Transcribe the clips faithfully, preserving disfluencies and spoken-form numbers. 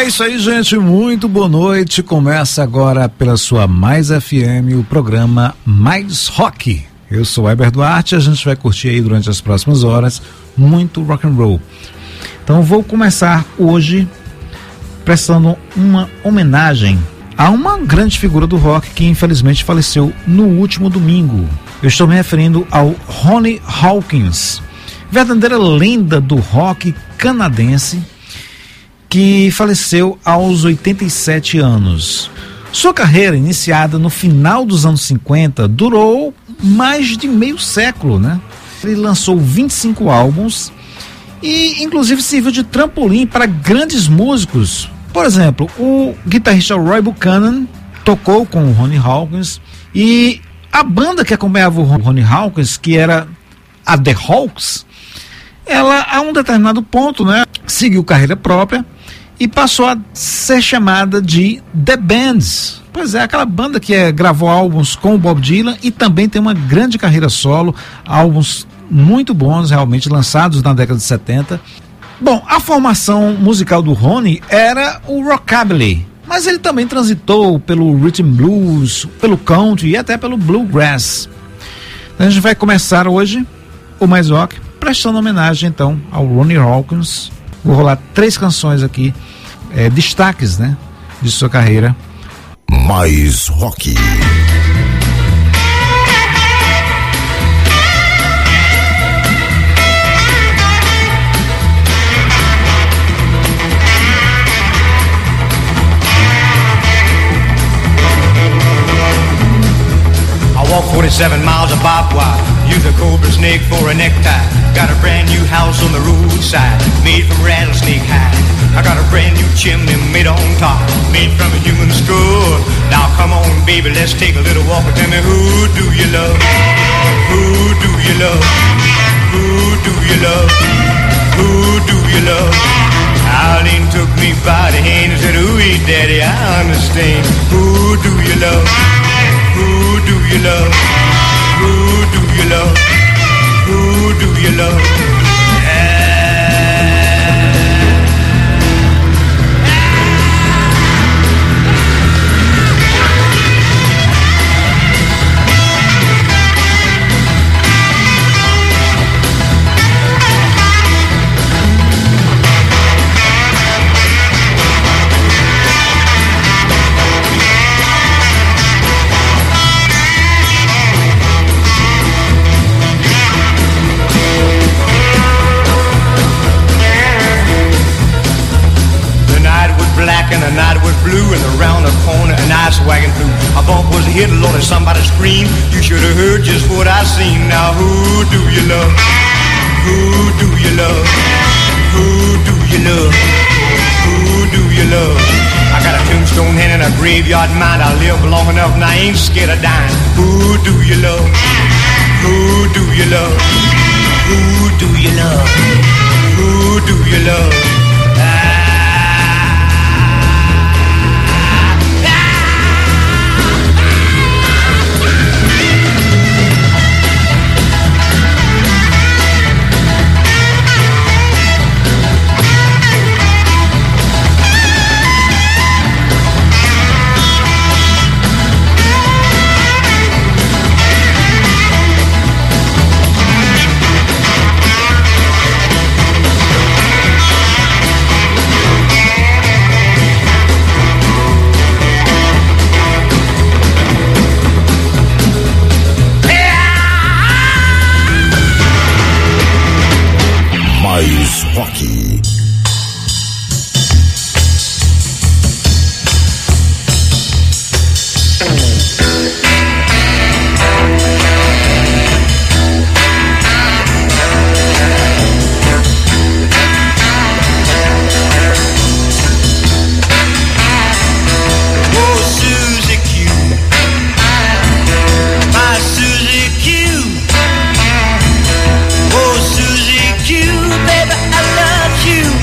É isso aí, gente, muito boa noite. Começa agora pela sua Mais F M o programa Mais Rock. Eu sou Heber Duarte e a gente vai curtir aí durante as próximas horas muito rock and roll. Então vou começar hoje prestando uma homenagem a uma grande figura do rock que infelizmente faleceu no último domingo. Eu estou me referindo ao Ronnie Hawkins, verdadeira lenda do rock canadense, que faleceu aos oitenta e sete anos. Sua carreira, iniciada no final dos anos cinquenta, durou mais de meio século, né? Ele lançou vinte e cinco álbuns e inclusive serviu de trampolim para grandes músicos. Por exemplo, o guitarrista Roy Buchanan tocou com o Ronnie Hawkins, e a banda que acompanhava o Ronnie Hawkins, que era a The Hawks, ela a um determinado ponto, né, seguiu carreira própria e passou a ser chamada de The Bands. Pois é, aquela banda que é, gravou álbuns com o Bob Dylan e também tem uma grande carreira solo, álbuns muito bons realmente, lançados na década de setenta. Bom, a formação musical do Ronnie era o rockabilly, mas ele também transitou pelo rhythm blues, pelo country e até pelo bluegrass. Então a gente vai começar hoje o Mais Rock prestando homenagem então ao Ronnie Hawkins. Vou rolar três canções aqui, é, destaques, né, de sua carreira. Mais Rock. Walk forty-seven miles of barbed wire, use a cobra snake for a necktie. Got a brand new house on the roadside, made from rattlesnake hide. I got a brand new chimney made on top, made from a human skull. Now come on baby, let's take a little walk. Tell me, who do you love? Who do you love? Who do you love? Who do you love? Arlene took me by the hand and said, ooh, daddy, I understand. Who do you love? Who do you love? Who do you love? Who do you love? And the night was blue, and around the corner an ice wagon flew. A bump was hit, Lord, and somebody screamed. You should have heard just what I seen. Now who do you love? Who do you love? Who do you love? Who do you love? I got a tombstone hand and a graveyard mind. I live long enough and I ain't scared of dying. Who do you love? Who do you love? Who do you love? Who do you love? Mais Rock. You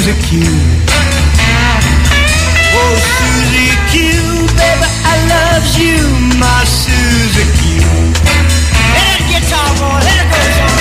Susie Q. Oh, Susie Q, baby, I love you, my Susie Q. Let it guitar, boy, let it go, son.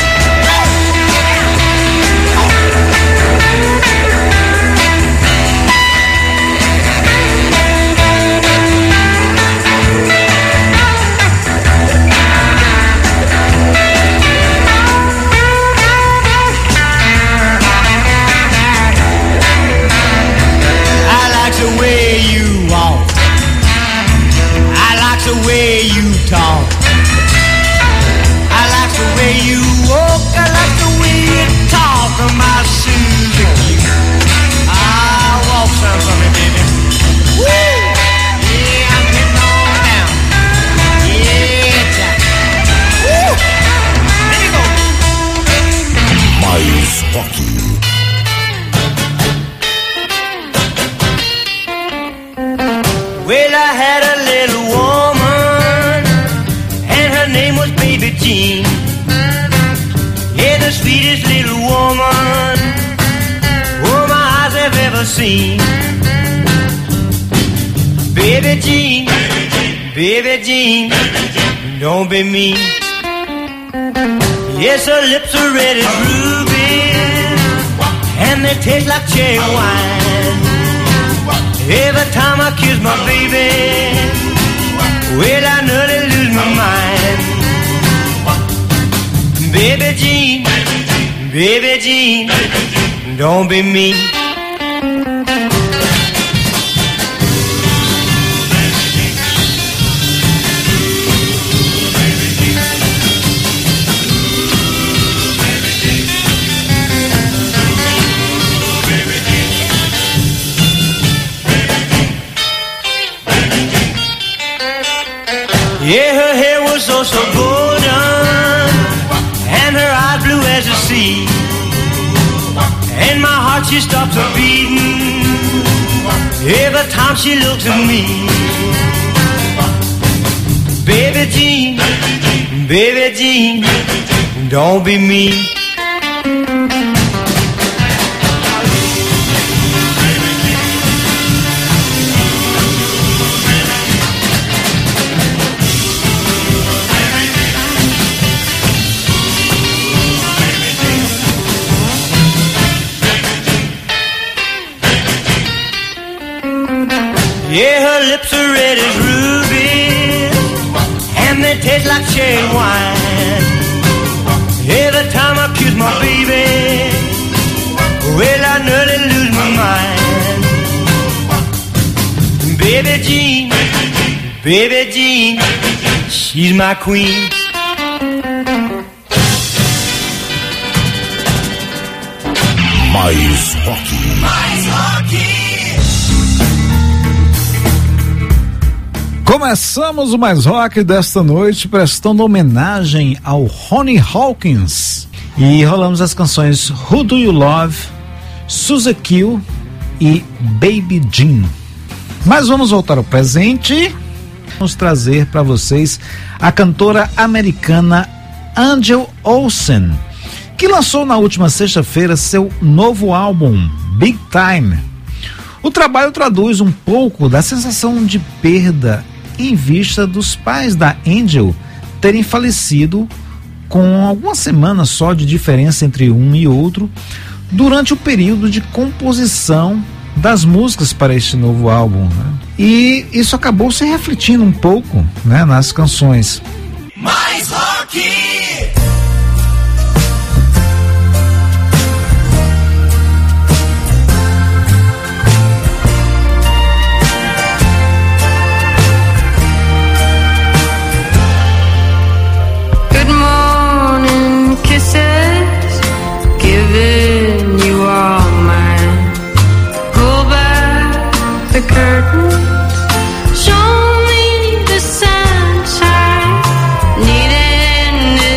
The way you walk, I like the way you talk, I like the way you walk, I like the way you talk, my Susie Q. I walk some for me, baby. Woo! Yeah, I'm getting on down. Yeah, Jack. Woo! There you go. Mais rock. Well, I had a little woman, and her name was Baby Jean. Yeah, the sweetest little woman, oh, my eyes have ever seen. Baby Jean, Baby Jean, don't be mean. Yes, her lips are red as rubies, and they taste like cherry wine. Every time I kiss my baby, well, I nearly lose my mind. Baby Jean, Baby Jean, don't be mean. Yeah, her hair was so, so golden, and her eyes blue as the sea. And my heart, she stops a beating every time she looks at me. Baby Jean, Baby Jean, don't be mean. Yeah, her lips are red as rubies, and they taste like cherry wine. Every time I kiss my baby, well, I nearly lose my mind. Baby Jean, Baby Jean, she's my queen. Mais rock. Mais rock. Começamos o Mais Rock desta noite prestando homenagem ao Ronnie Hawkins e rolamos as canções Who Do You Love, Susie Q e Baby Jean. Mas vamos voltar ao presente. Vamos trazer para vocês a cantora americana Angel Olsen, que lançou na última sexta-feira seu novo álbum Big Time. O trabalho traduz um pouco da sensação de perda em vista dos pais da Angel terem falecido com algumas semanas só de diferença entre um e outro durante o período de composição das músicas para este novo álbum, né? E isso acabou se refletindo um pouco, né, nas canções. Mais rock! Giving you all mine. Pull back the curtains, show me the sunshine. Needing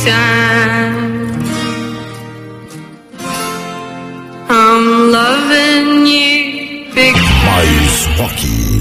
time. I'm loving you big time. Mais rock.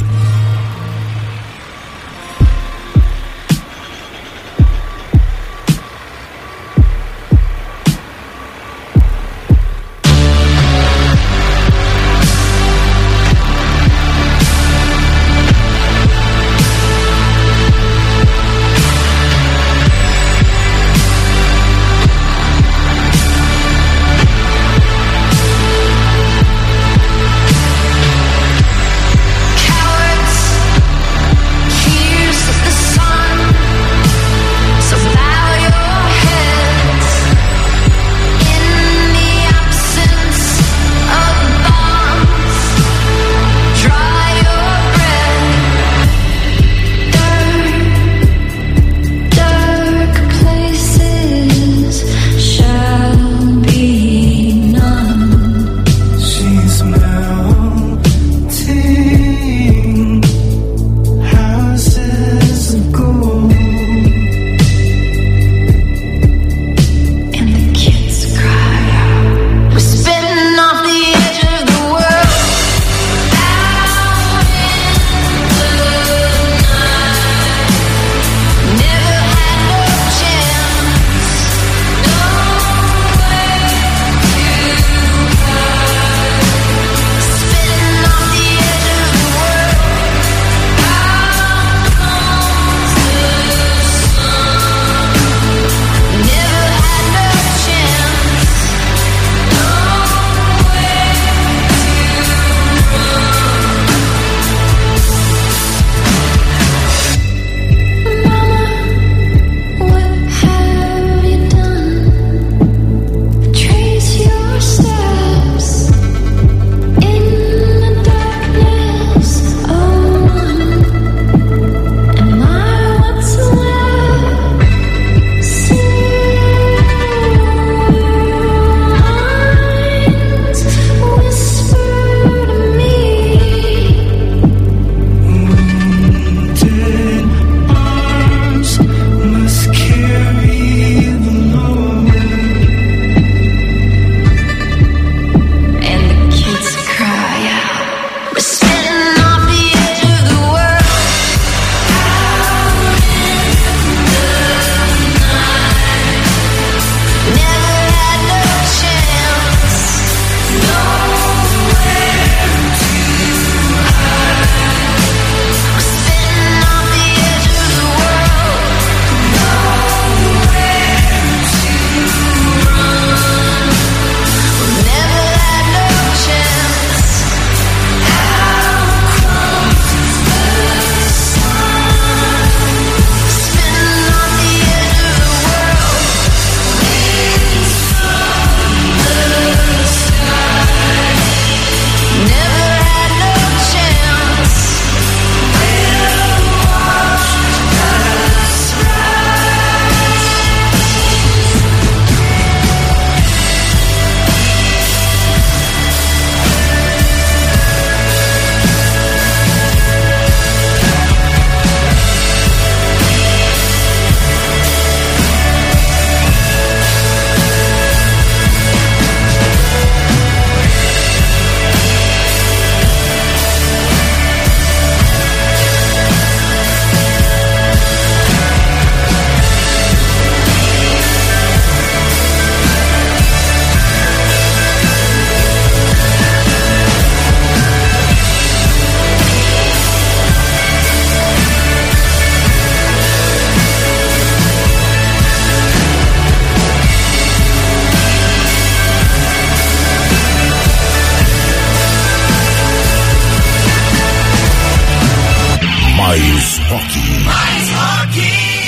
Mais rock. Mais rock.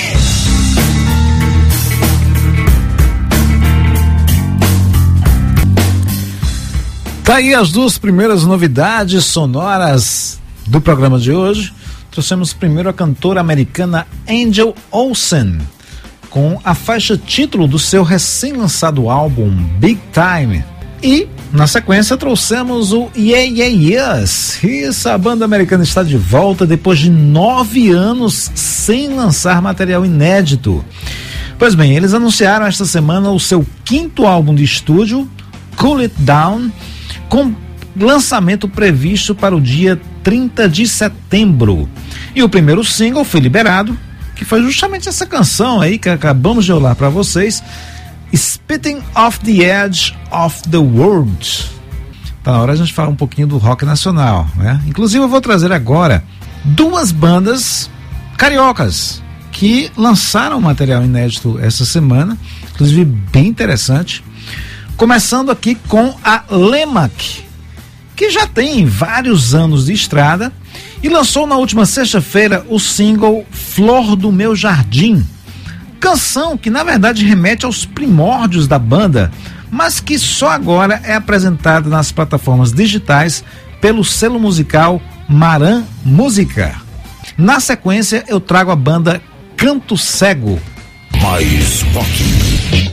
Tá aí as duas primeiras novidades sonoras do programa de hoje. Trouxemos primeiro a cantora americana Angel Olsen, com a faixa título do seu recém-lançado álbum Big Time. E, na sequência, trouxemos o Yeah Yeah Yes. Isso, a banda americana está de volta depois de nove anos sem lançar material inédito. Pois bem, eles anunciaram esta semana o seu quinto álbum de estúdio, Cool It Down, com lançamento previsto para o dia trinta de setembro. E o primeiro single foi liberado, que foi justamente essa canção aí que acabamos de olhar para vocês, Spitting Off the Edge of the World. Tá na hora a gente falar um pouquinho do rock nacional, né? Inclusive eu vou trazer agora duas bandas cariocas que lançaram material inédito essa semana, inclusive bem interessante. Começando aqui com a Lemac, que já tem vários anos de estrada e lançou na última sexta-feira o single Flor do Meu Jardim, canção que na verdade remete aos primórdios da banda, mas que só agora é apresentada nas plataformas digitais pelo selo musical Maran Música. Na sequência eu trago a banda Canto Cego. Mais rock.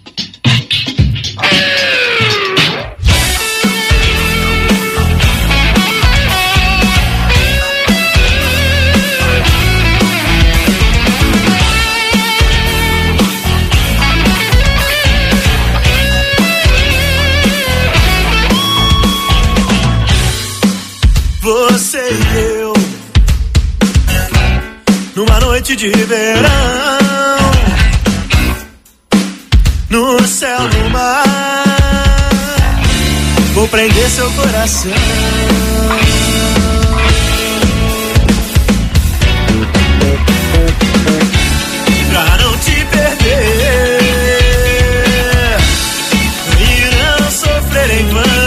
Você e eu, numa noite de verão, no céu do mar, vou prender seu coração. Pra não te perder e não sofrer em vão.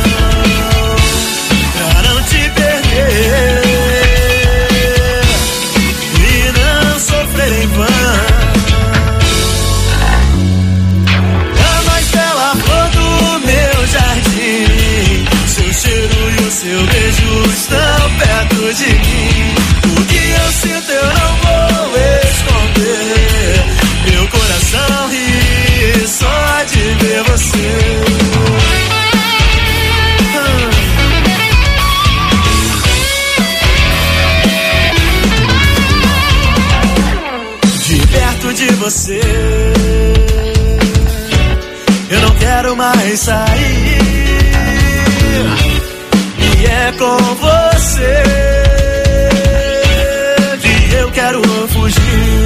Seu beijo estão perto de mim. O que eu sinto eu não vou esconder. Meu coração ri só de ver você. De perto de você eu não quero mais sair. E é com você que eu quero fugir.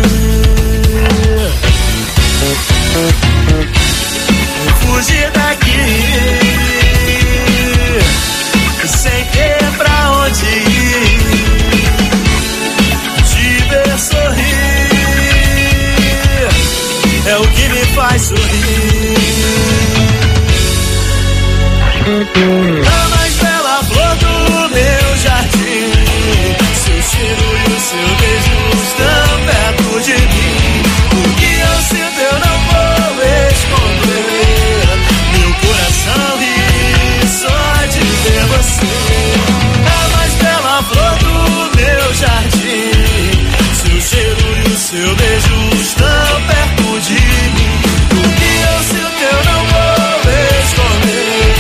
Fugir daqui sem ter pra onde ir. Te ver sorrir é o que me faz sorrir. A mais bela flor do meu jardim, seu cheiro e o seu beijo estão perto de mim. O que eu sinto eu não vou esconder. Meu coração ri só de ver você. A mais bela flor do meu jardim, seu cheiro e o seu beijo estão perto de mim. O que eu sinto eu não vou esconder.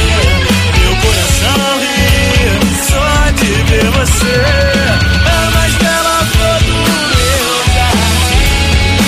De ver você, a mais bela flor do meu jardim.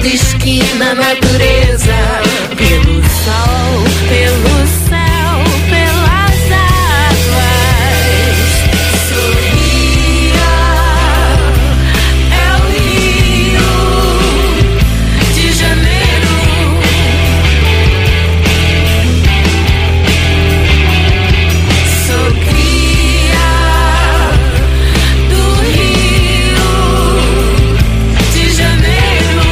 Diz que na natureza, pelo sol, pelo céu, pelas águas, sorria, é o Rio de Janeiro. Sou cria do Rio de Janeiro.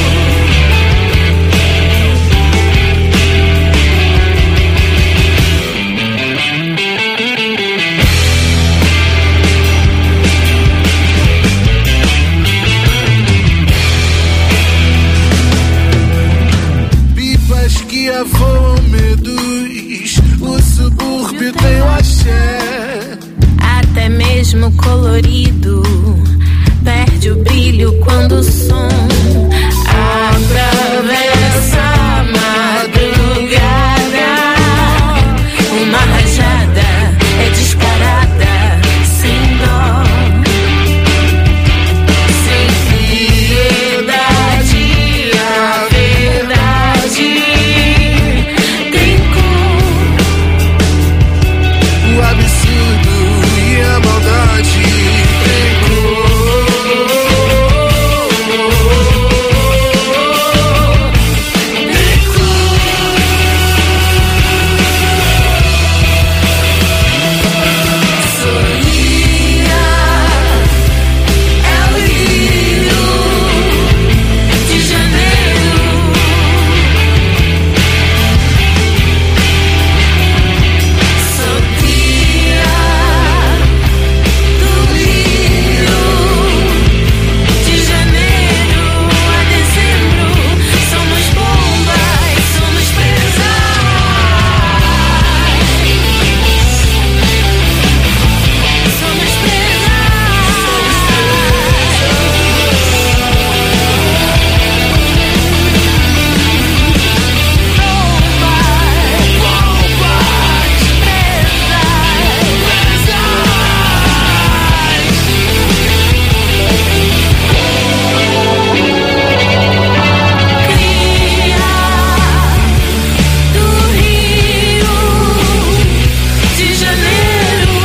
Pipas que avoam meduz, o subúrbio tem o axé. Até mesmo colorido perde o brilho quando o som atravessa a madrugada. Uma rajada é disparada sem dó, sem piedade. A verdade tem cor. O absurdo e a maldade tem sorria, é o Rio de Janeiro. Sou cria do Rio de Janeiro. A dezembro somos bombas, somos presas. Somos do Rio de Janeiro.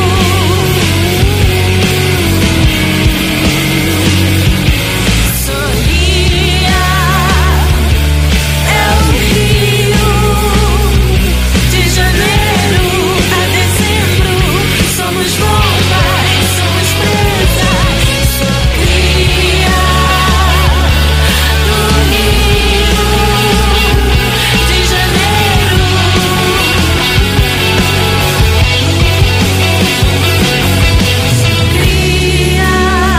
Sorria, é o Rio de Janeiro. A dezembro somos bombas, somos presas. Sou cria do Rio de Janeiro. Cria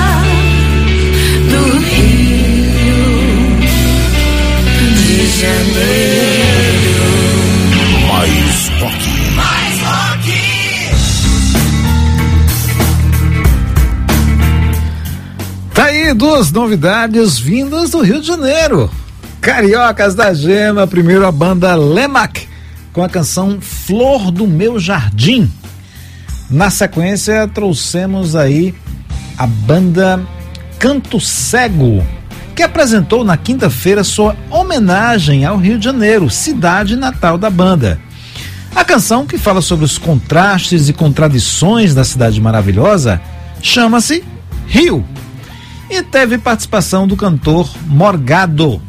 do Rio de Janeiro. Mais rock. mais rock. Tá aí duas novidades vindas do Rio de Janeiro. Cariocas da Gema, primeiro a banda Lemac, com a canção Flor do Meu Jardim. Na sequência, trouxemos aí a banda Canto Cego, que apresentou na quinta-feira sua homenagem ao Rio de Janeiro, cidade natal da banda. A canção, que fala sobre os contrastes e contradições da cidade maravilhosa, chama-se Rio, e teve participação do cantor Morgado.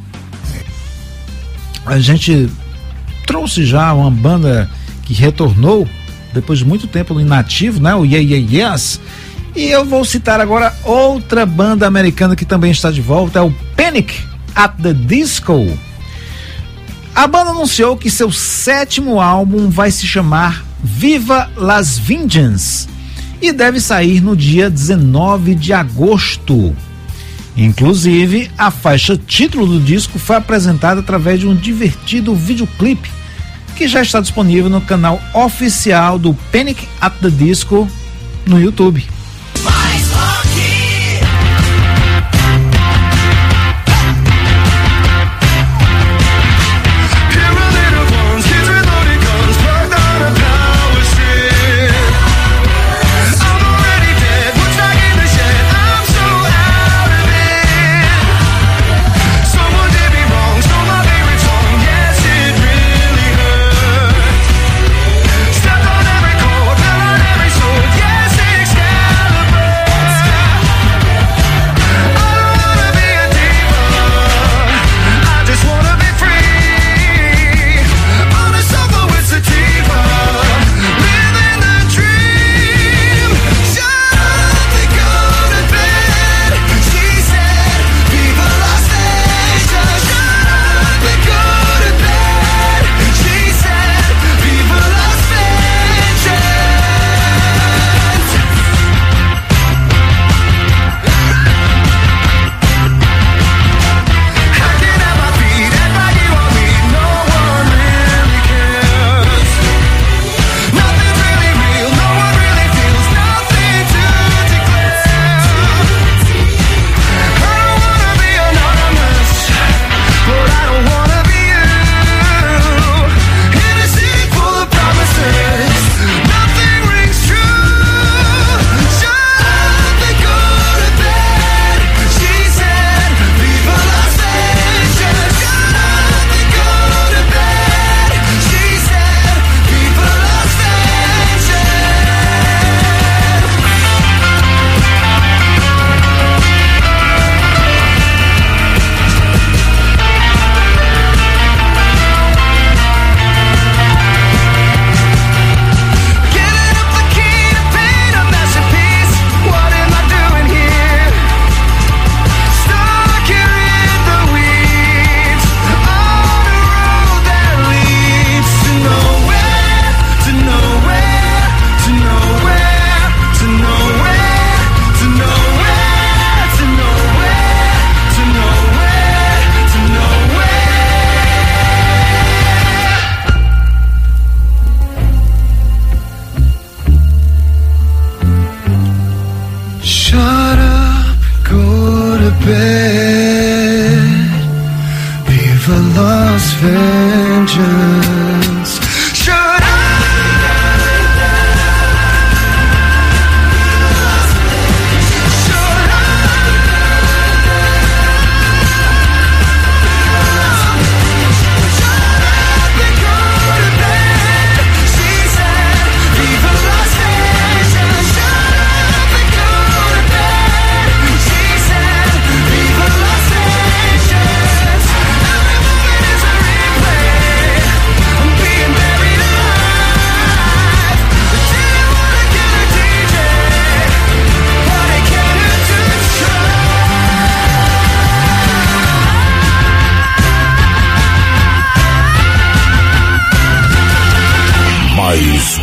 A gente trouxe já uma banda que retornou depois de muito tempo no inativo, né? O Yeah Yeah Yes. E eu vou citar agora outra banda americana que também está de volta, é o Panic at the Disco. A banda anunciou que seu sétimo álbum vai se chamar Viva Las Vengeance e deve sair no dia dezenove de agosto. Inclusive, a faixa título do disco foi apresentada através de um divertido videoclipe que já está disponível no canal oficial do Panic at the Disco no YouTube. Mais rock. Someone did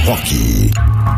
Rock.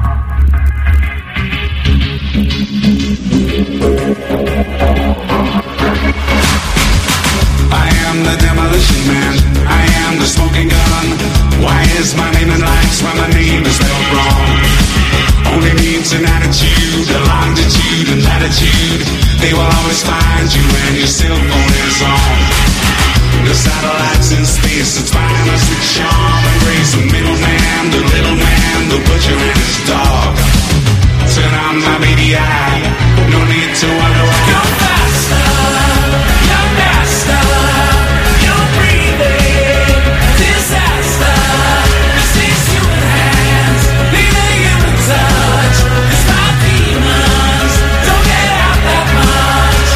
I am the demolition man, I am the smoking gun. Why is my name in lights when my name is spelled wrong? Only needs an attitude, a longitude and latitude. They will always find you when your cell phone is on. The satellites in space, it's fine, I switch on. Embrace the middleman, the little man, the butcher and his dog. Turn on my baby eye, no need to wonder why. You're faster, you're master, you're breathing, disaster. This is human hands, leaving you in touch. It's my demons, don't get out that much.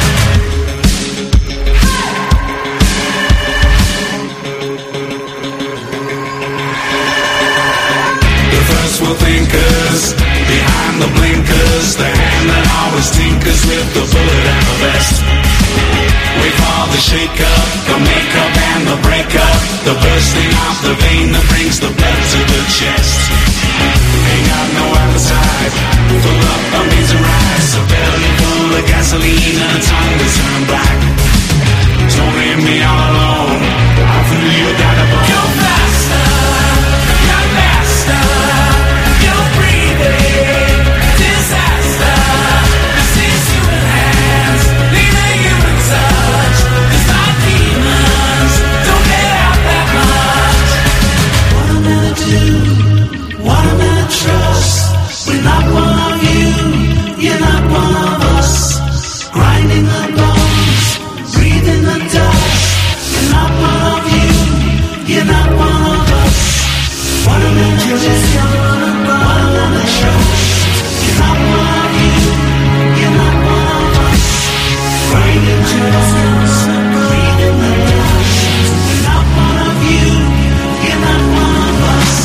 The first will thinkers, behind the blinkers, the hand that always tinkers with the bullet and the vest. Wait for the shake-up, the make-up and the break-up, the bursting off the vein that brings the blood to the chest. Ain't got no appetite, full up of beans and rice, a belly full of gasoline and a tongue that's turned black. Don't leave me all alone, I feel you got a bone. You're faster, you're master, you're breathing, disaster. This is human hands, leaving you in touch. It's my demons, don't get out that much. What am I to do? What am I to trust? We're not one of you, you're not one of us. Grinding the bones, breathing the dust. We're not one of you, you're not one of us. What am I to do? What am I to trust? You're not one of you, you're not one of us. Grinding the bones, breathing the dust. We're not one of you, you're not one of us.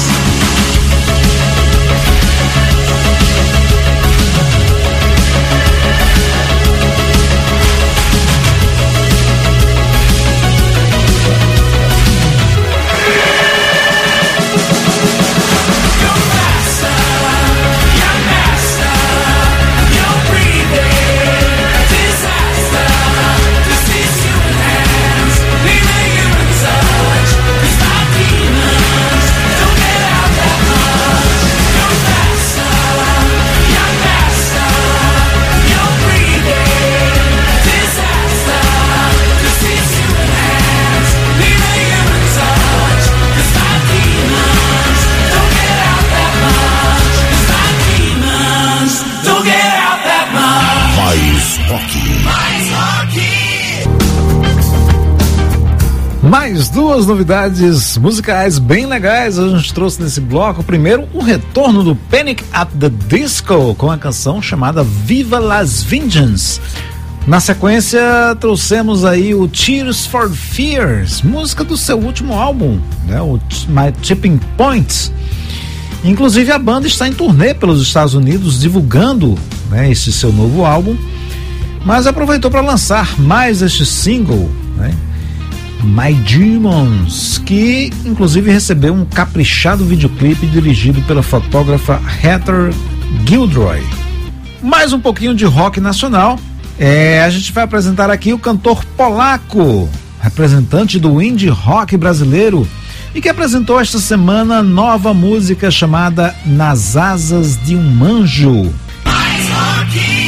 Mais duas novidades musicais bem legais a gente trouxe nesse bloco. Primeiro, o retorno do Panic at the Disco com a canção chamada Viva Las Vengeance. Na sequência, trouxemos aí o Tears for Fears, música do seu último álbum, né, o My Tipping Point. Inclusive, a banda está em turnê pelos Estados Unidos divulgando, né, esse seu novo álbum, mas aproveitou para lançar mais este single, né, My Demons, que inclusive recebeu um caprichado videoclipe dirigido pela fotógrafa Heather Gilroy. Mais um pouquinho de rock nacional. É, a gente vai apresentar aqui o cantor polaco, representante do indie rock brasileiro, e que apresentou esta semana nova música chamada Nas Asas de um Anjo. Mais rock!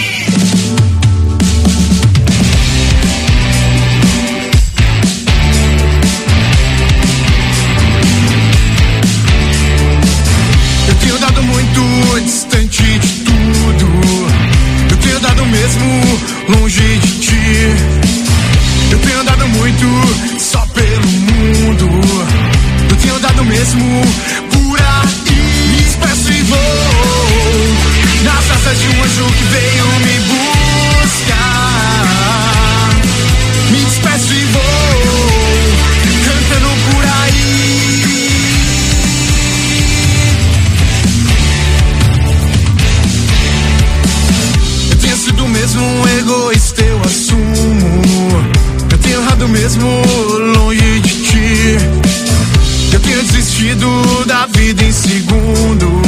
Distante de tudo, eu tenho dado mesmo longe de ti. Eu tenho andado muito só pelo mundo. Eu tenho dado mesmo por aí. Me expresso e vou nas asas de um anjo que veio me buscar. Me despeço e vou cantando por aí. Do mesmo egoísta eu assumo. Eu tenho errado mesmo longe de ti. Eu tenho desistido da vida em segundos.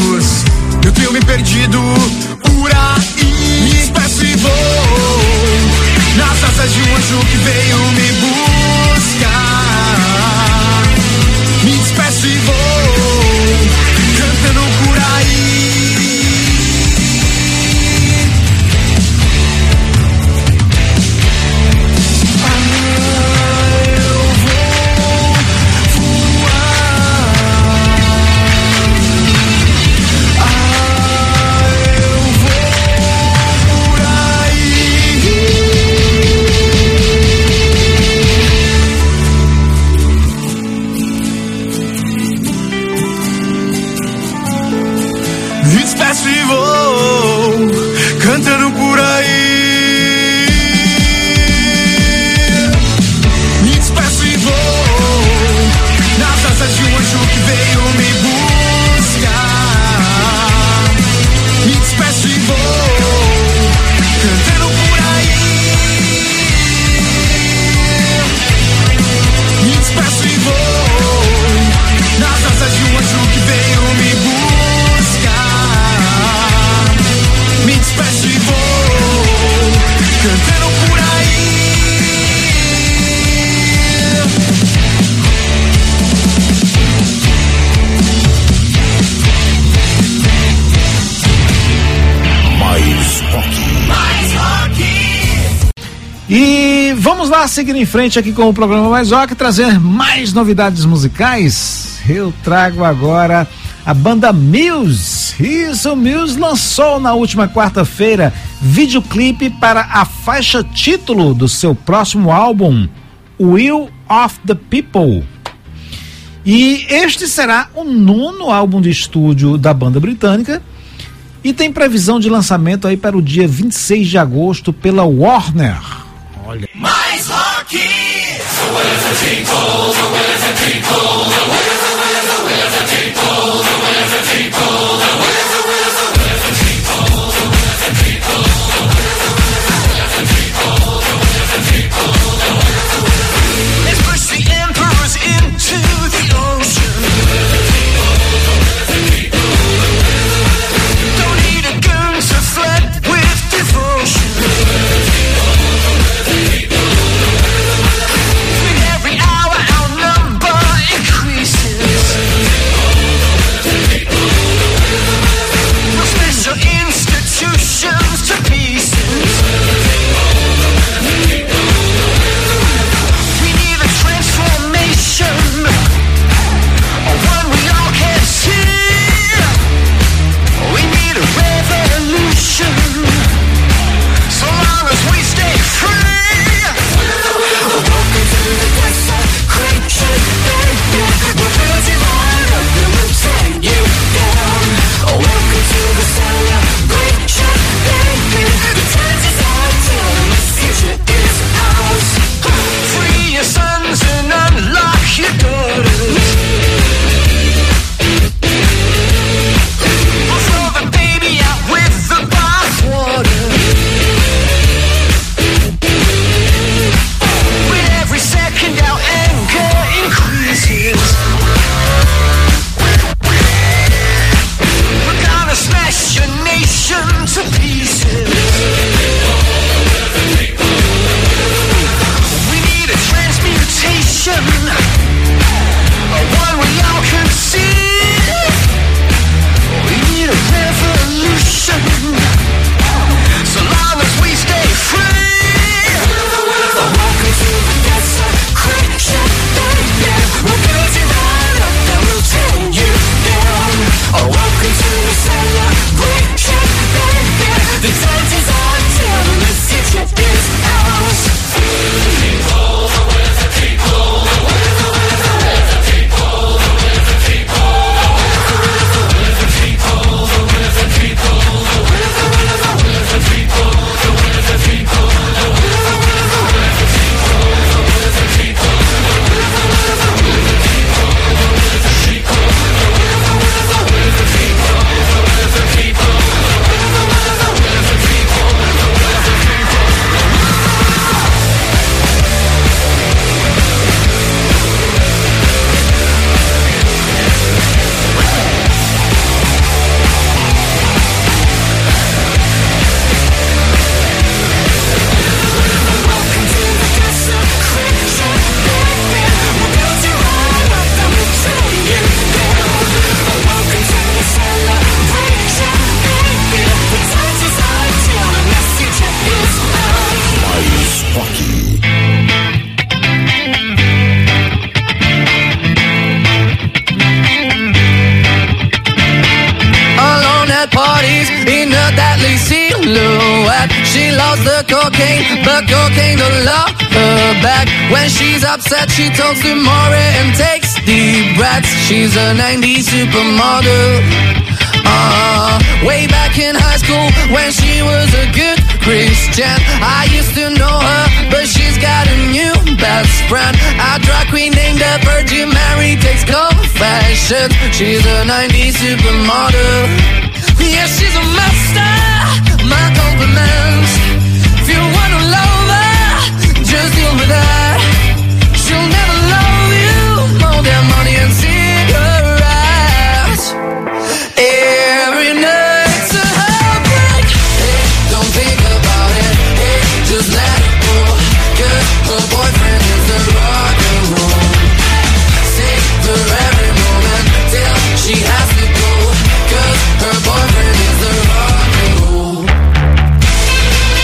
E vamos lá, seguir em frente aqui com o programa Mais Rock, trazer mais novidades musicais. Eu trago agora a banda Muse. Isso, Muse lançou na última quarta-feira videoclipe para a faixa título do seu próximo álbum, Will of the People. E este será o nono álbum de estúdio da banda britânica e tem previsão de lançamento aí para o dia vinte e seis de agosto pela Warner. Olha. Mais rock! The winners are tinkle, the winners are tinkle, the winners are winners are winners are tinkle, the winners are tinkle, the winners are winners are winners are tinkle, the winners are tinkle, the winners are winners are winners are tinkle, the winners are tinkle, the winners are winners are tinkle. Let's push the emperors into the ocean. Don't need a gun to flood with devotion. Institutions to pieces. We need a transformation, one we all can see. We need a revolution, so long as we stay free. Welcome to the desecration, baby. We're building on up and we'll tear you down. Welcome to the celebration, baby. The times is our time, the future is ours. Free your sons and unlock your daughters. We'll throw the baby out with the bathwater. With every second our anger increases. We're gonna smash your nation to pieces. We need a transmutation, one we all can see. We need a revolution, so long as we stay free. Welcome to the desecration, baby. We're building right up and we'll tear you down. Welcome to the celebration, baby. The times is our time, the future is ours. Tinkle, the winners are tinkle, the winners are winners are winners are tinkle, the winners are tinkle, the winners are winners are tinkle, the winners are tinkle, the winners are winners are winners are tinkle, the winners are tinkle, the winners are winners are winners are tinkle, the winners are tinkle, the winners are winners are winners are tinkle, the winners are tinkle, the winners are winners are winners are tinkle, the winners are tinkle, the winners are winners are winners are tinkle, the winners are tinkle. Welcome to the desecration, baby. We're building right up and we'll tear you down. Welcome to the celebration, baby. The times is our time, and the future is ours. Mais rock. Alone at parties in a deadly silhouette. She loves the cocaine, but cocaine don't love her back. When she's upset, she talks to Maury and takes deep breaths. She's a nineties supermodel. Uh, way back in high school when she was a good Christian, I used to know her, but she's got a new best friend. A drag queen named the Virgin Mary takes confessions. She's a nineties supermodel. Yeah, she's a master. My compliments. If you wanna love her, just deal with her. She'll never love you more than money and cigarettes. Every night's a heartbreak. Hey, don't think about it. Hey, just let it go. 'Cause her boyfriend is the rock and roll. Save her every moment till she has to go. 'Cause her boyfriend is the rock and roll.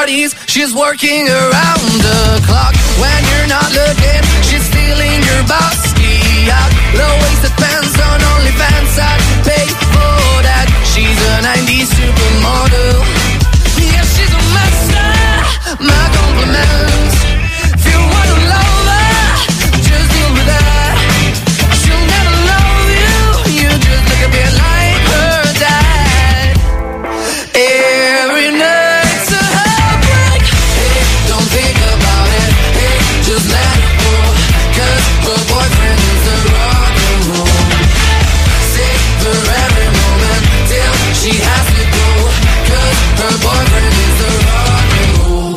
parties. She's working around the clock when you're not looking. She's stealing your bossy out. Low-waisted pants on OnlyFans. I'd pay for that. She's a nineties supermodel. Yeah, she's a master. My compliments. If you want to love her, just deal with that. She'll never love you. You just look a bit like her dad. Every night's a heartbreak. Hey, don't think about it. Hey, just let it go. Cause her boyfriend is the rock and roll. Savor every moment till she has to go. Cause her boyfriend is the rock and roll.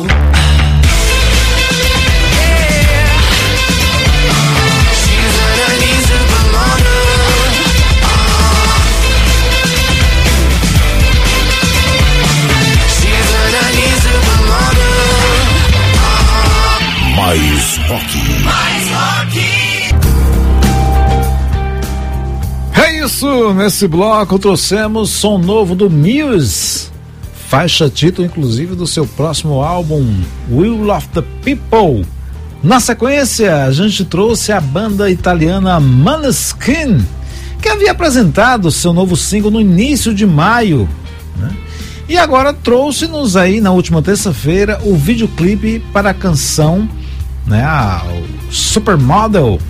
Yeah. She's a nineties supermodel. Uh. She's a nineties supermodel. Uh. Mais rock. Mais rock. É isso, nesse bloco trouxemos som novo do Muse, faixa título inclusive do seu próximo álbum Will of the People. Na sequência a gente trouxe a banda italiana Måneskin, que havia apresentado seu novo single no início de maio, né? E agora trouxe-nos aí na última terça-feira o videoclipe para a canção, né, a Supermodel.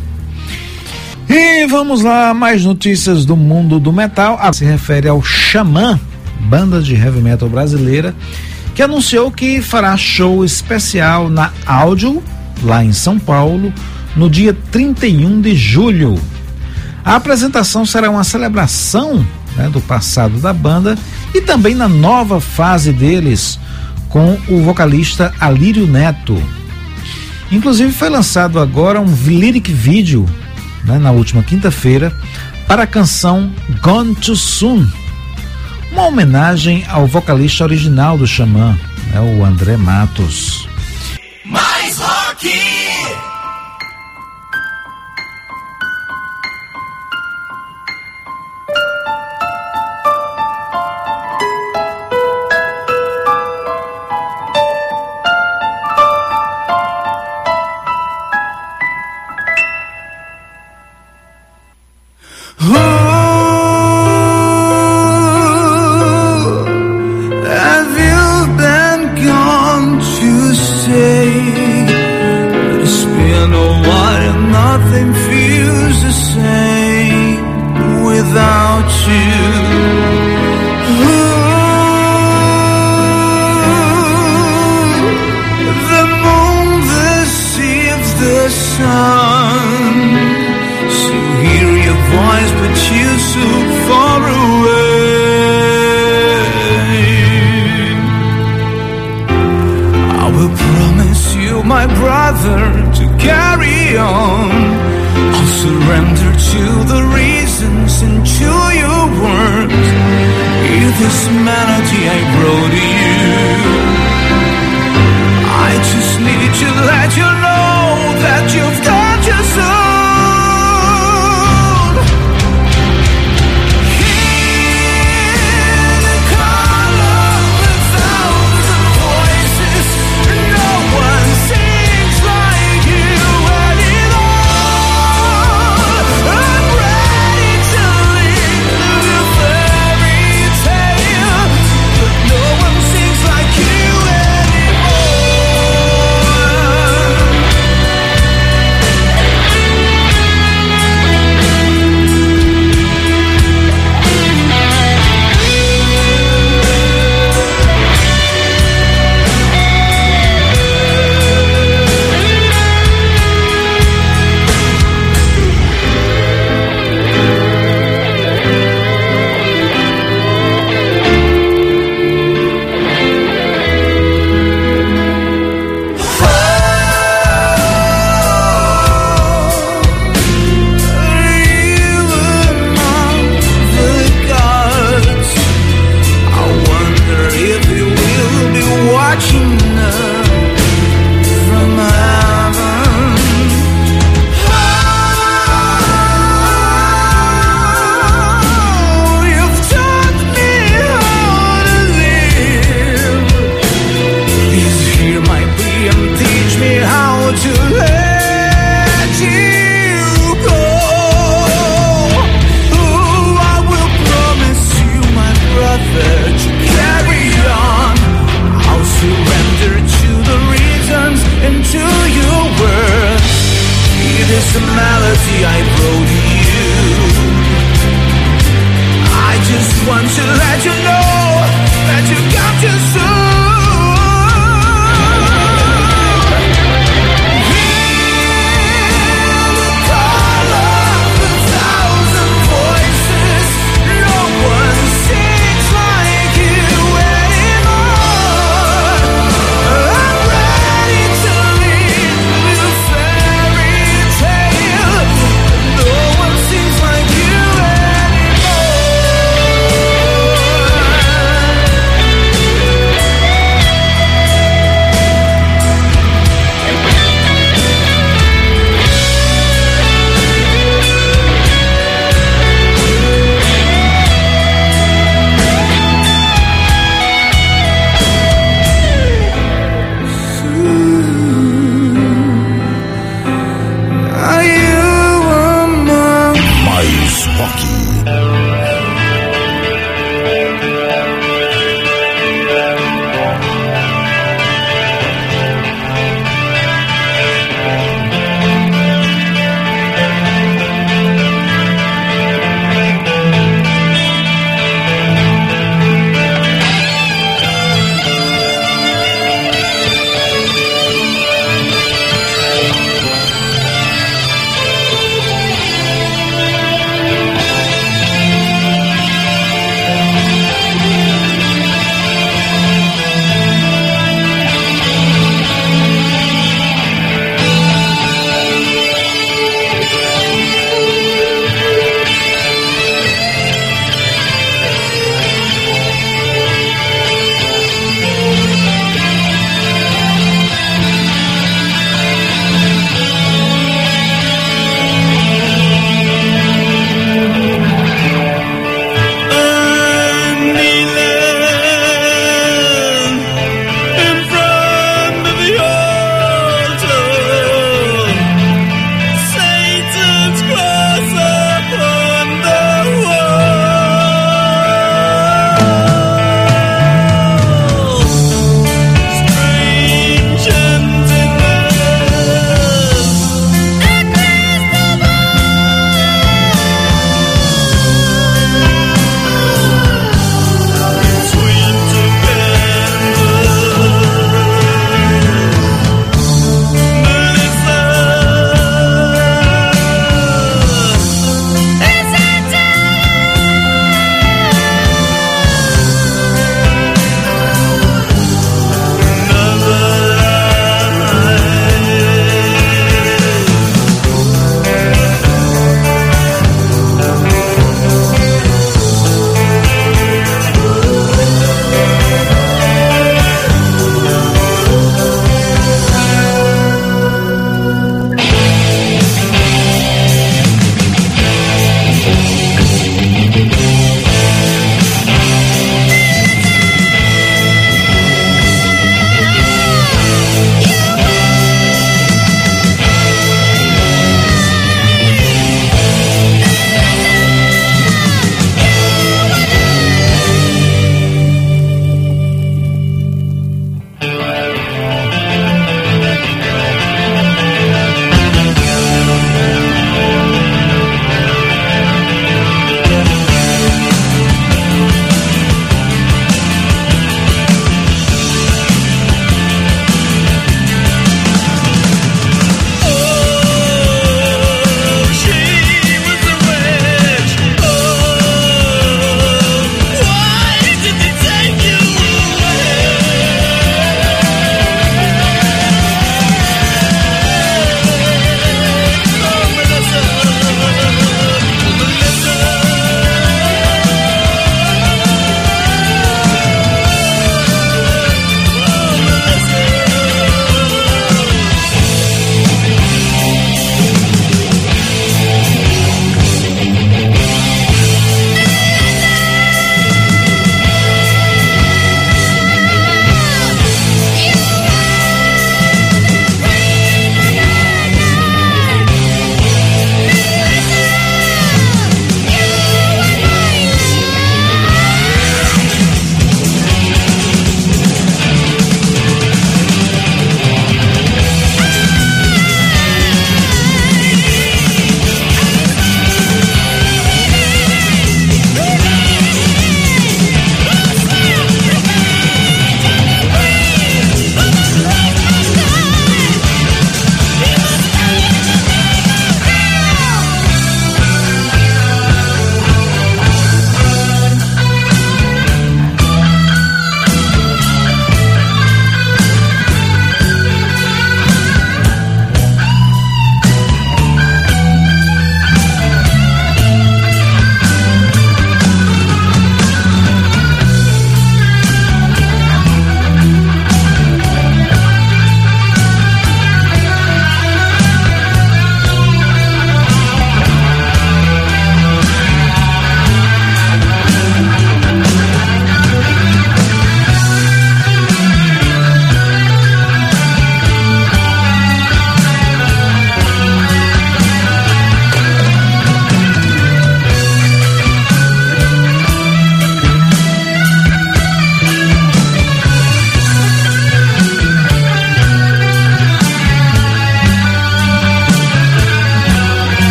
E vamos lá, mais notícias do mundo do metal. A se refere ao Xamã, banda de heavy metal brasileira, que anunciou que fará show especial na Áudio, lá em São Paulo, no dia trinta e um de julho. A apresentação será uma celebração, né, do passado da banda e também na nova fase deles, com o vocalista Alírio Neto. Inclusive foi lançado agora um lyric video, né, na última quinta-feira, para a canção Gone Too Soon, uma homenagem ao vocalista original do Xamã, né, o André Matos. Mais rock. No one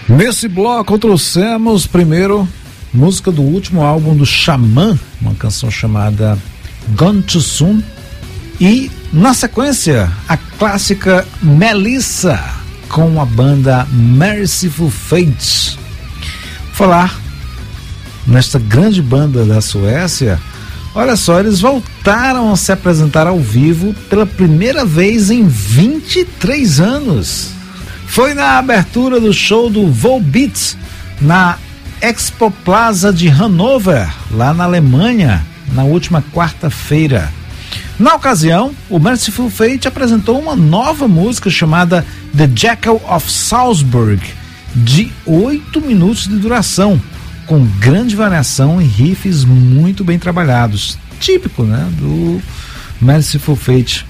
Nesse bloco trouxemos primeiro música do último álbum do Xamã, uma canção chamada Gone Too Soon, e na sequência a clássica Melissa com a banda Mercyful Fate. Falar nesta grande banda da Suécia, olha só, eles voltaram a se apresentar ao vivo pela primeira vez em vinte e três anos. Foi na abertura do show do Volbeat na Expo Plaza de Hannover, lá na Alemanha, na última quarta-feira. Na ocasião, o Mercyful Fate apresentou uma nova música chamada The Jackal of Salzburg, de oito minutos de duração, com grande variação e riffs muito bem trabalhados, típico, né, do Mercyful Fate.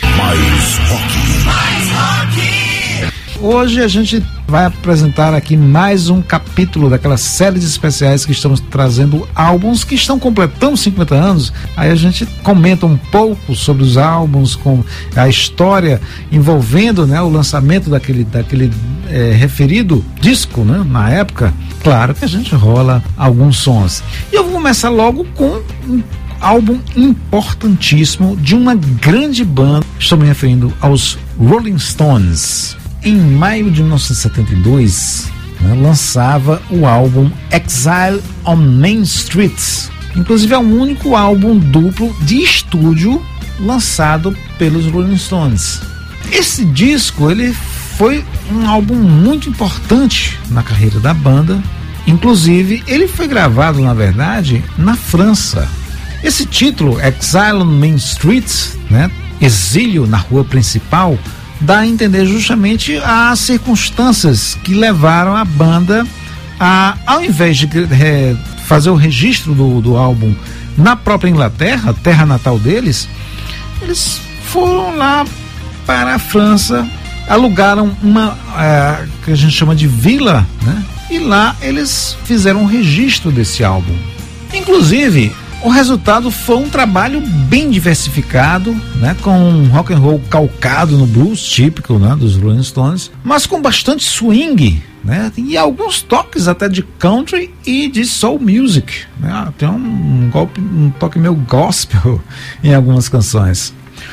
Mais rock. Mais rock. Hoje a gente vai apresentar aqui mais um capítulo daquelas séries especiais que estamos trazendo álbuns que estão completando cinquenta anos. Aí a gente comenta um pouco sobre os álbuns, com a história envolvendo, né, o lançamento daquele, daquele é, referido disco, né, na época. Claro que a gente rola alguns sons. E eu vou começar logo com um álbum importantíssimo de uma grande banda. Estou me referindo aos Rolling Stones. Em maio de mil novecentos e setenta e dois, né, lançava o álbum Exile on Main Street. Inclusive é o único álbum duplo de estúdio lançado pelos Rolling Stones. Esse disco, ele foi um álbum muito importante na carreira da banda. Inclusive, ele foi gravado, na verdade, na França. Esse título, Exile on Main Street, né, Exílio na Rua Principal, dá a entender justamente as circunstâncias que levaram a banda a, ao invés de é, fazer o registro do, do álbum na própria Inglaterra, terra natal deles, eles foram lá para a França, alugaram uma é, que a gente chama de vila, né? E lá eles fizeram um registro desse álbum. Inclusive, o resultado foi um trabalho bem diversificado, né, com um rock and roll calcado no blues típico, né, dos Rolling Stones, mas com bastante swing, né, e alguns toques até de country e de soul music, né, tem um, um, golpe, um toque meio gospel em algumas canções.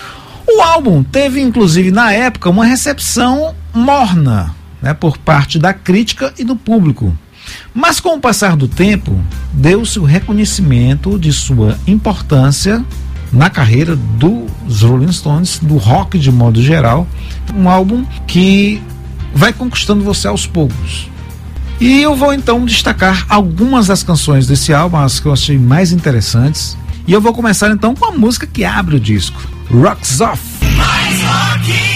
O álbum teve, inclusive, na época, uma recepção morna, né, por parte da crítica e do público. Mas com o passar do tempo, deu-se o reconhecimento de sua importância na carreira dos Rolling Stones, do rock de modo geral, um álbum que vai conquistando você aos poucos. E eu vou então destacar algumas das canções desse álbum, as que eu achei mais interessantes, e eu vou começar então com a música que abre o disco, Rocks Off. Mais rock.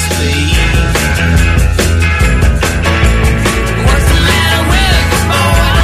What's the matter with the boy?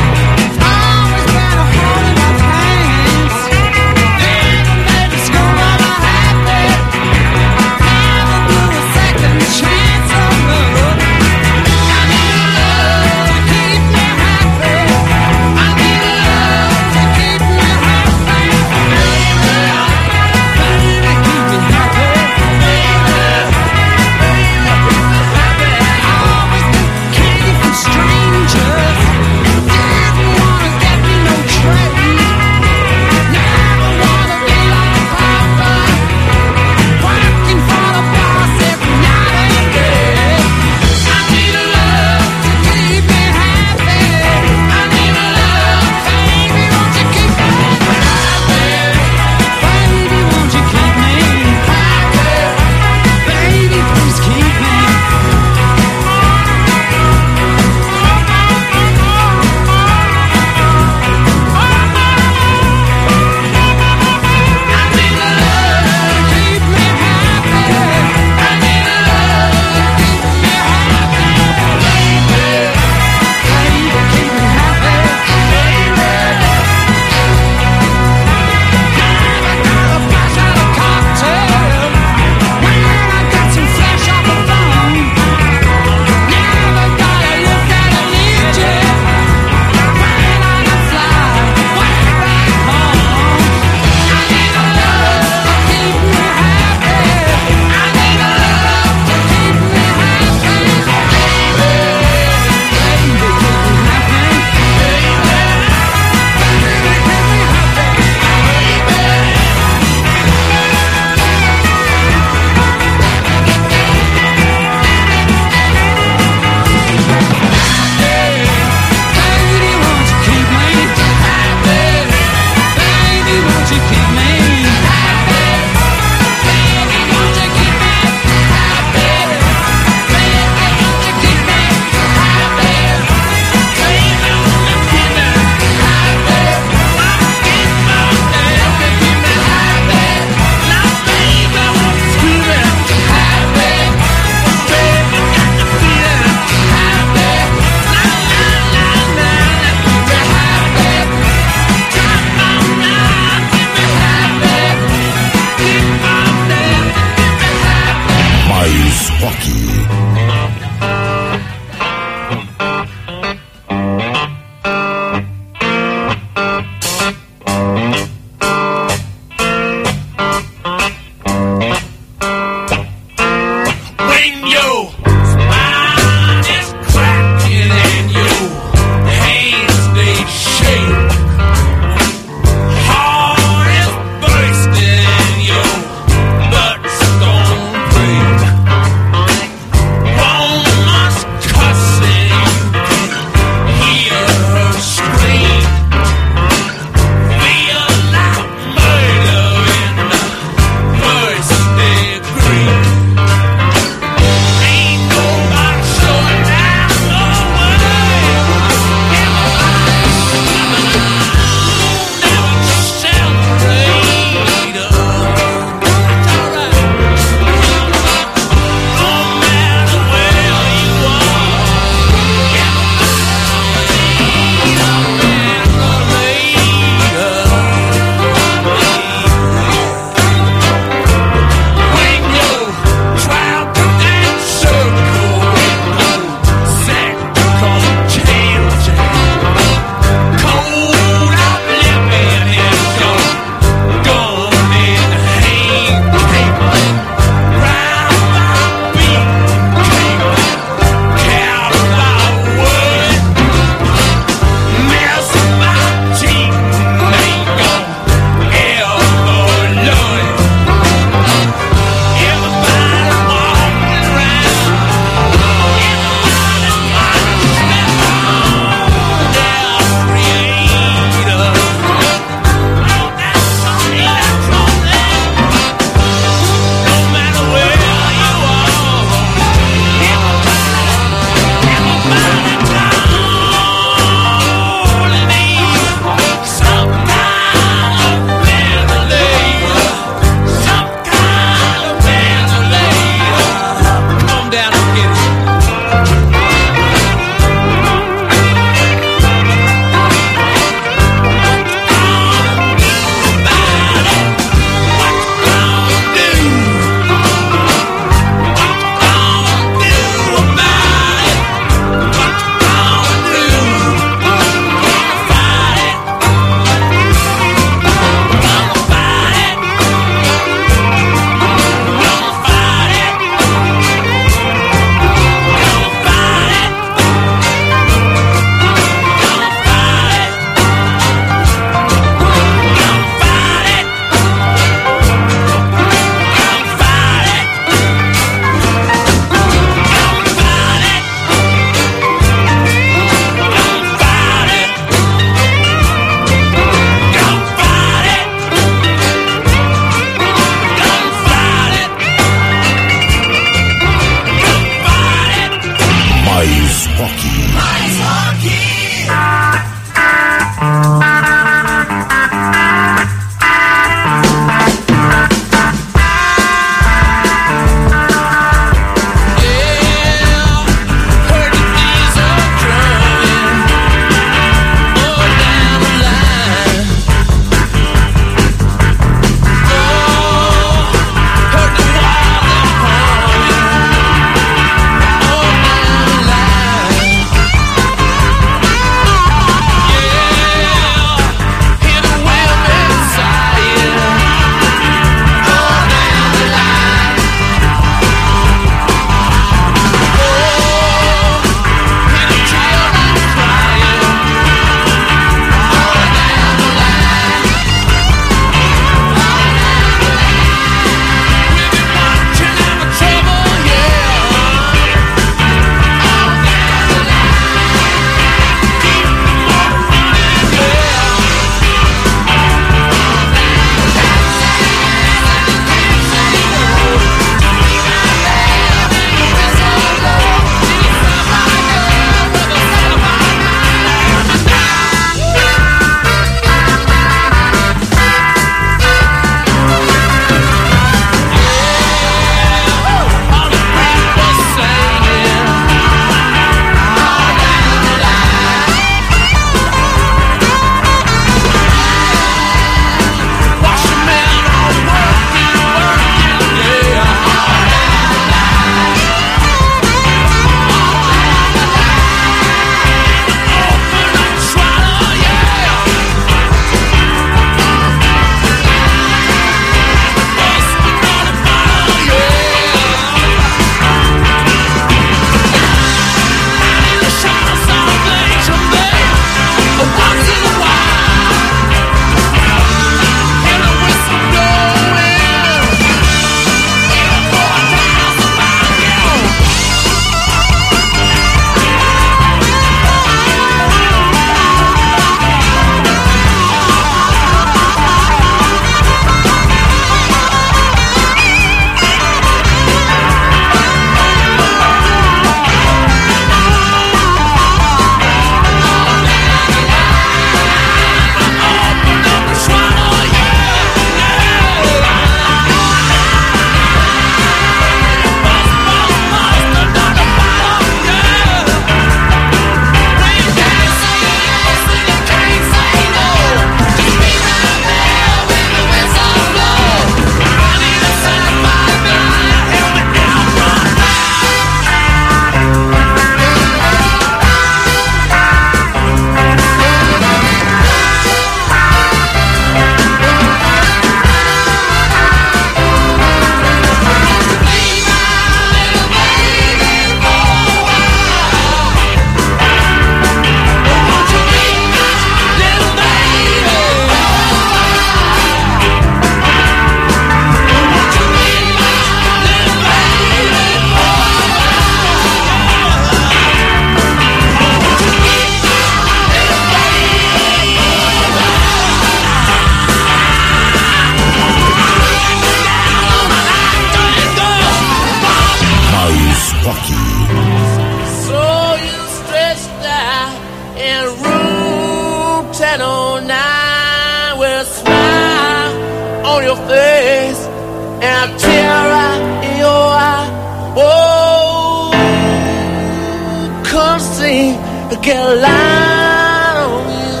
and all night with a smile on your face and a tear right in your eye. Oh, couldn't seem to get a line on you,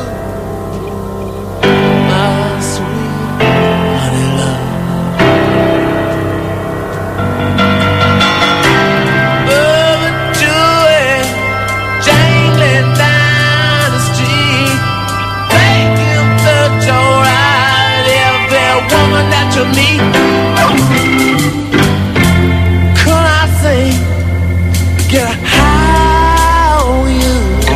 my sweet honey love. Overdoing, jangling down the street, thinking that you're right, every woman that you meet. Could I say, get a high on you,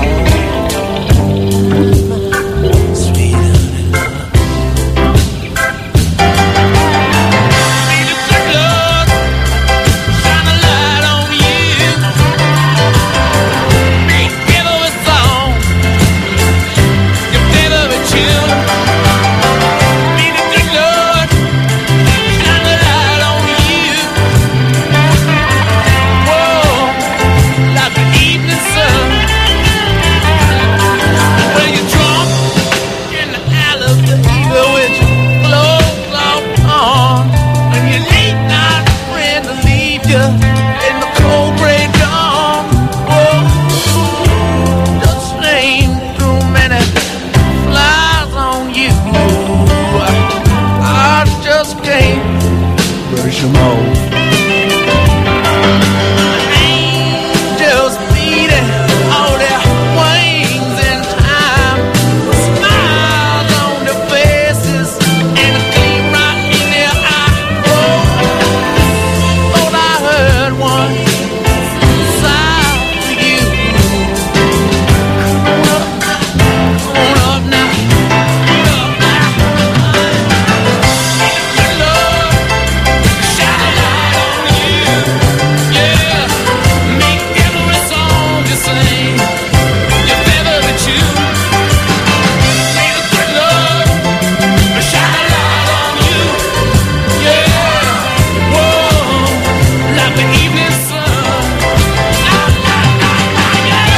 sweet honey love. Need a good look, shine a light on you, make every song your favorite tune. Need a good look, shine a light on you. Whoa, like the evening sun. When you're drunk in the elevator with your clothes off on, and your late night friend to leave you in the cold gray dawn. Whoa, the same too many flies on you. I just can't brush them off. Angels beating all their wings in time, smiles on their faces and a gleam right in their eye. Oh, thought I heard one sigh for you. Come on up now, come on up now. Good Lord, shine a light on you. Yeah, make every song you sing your favorite tune. May the good Lord shine a light on you. Yeah, whoa, like the evening sun. La, la, la, la, yeah.